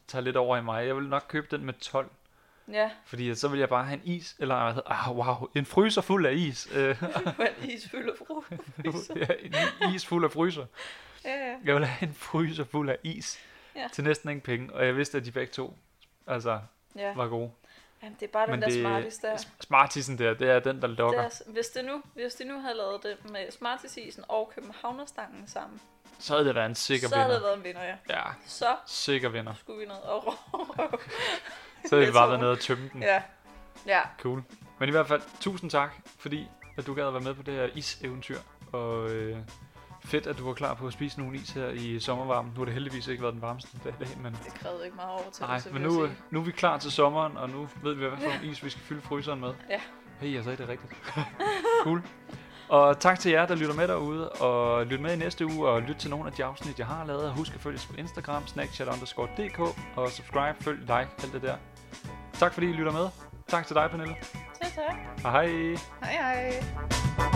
tager lidt over i mig. Jeg vil nok købe den med tolv. Ja. Fordi så vil jeg bare have en is, eller hvad hedder, ah, wow, en fryser fuld af is. en is fuld af fryser. Ja, en is fuld af fryser. Ja, ja. Jeg vil have en fryser fuld af is ja. til næsten ingen penge, og jeg vidste, at de begge to altså, ja. var gode. Jamen, det er bare den Men der det, Smarties der. Smartiesen der, det er den, der lokker. Er, hvis, det nu, hvis de nu havde lavet det med Smarties-isen og Københavnerstangen sammen, så havde det været en sikker så vinder. havde det været en vinder, ja. Ja, så sikker vinder. skulle vi ned og røve. Så havde vi bare været nede og tømme den. Ja. Ja. Cool. Men i hvert fald, tusind tak, fordi at du gad at være med på det her is-eventyr. Og øh, fedt, at du var klar på at spise nogle is her i sommervarmen. Nu har det heldigvis ikke været den varmeste dag i dag, men... Det krævede ikke meget overtagelse. Nej, men nu, nu er vi klar til sommeren, og nu ved vi, hvad for en is vi skal fylde fryseren med. Ja. Hey, jeg sagde det rigtigt. Cool. Og tak til jer, der lytter med derude, og lyt med i næste uge, og lyt til nogle af de afsnit, jeg har lavet. Husk at følge os på Instagram, snackchat underscore dk, og subscribe, følg, like, alt det der. Tak fordi I lytter med. Tak til dig, Pernille. Tak, tak. Hej hej. Hej hej.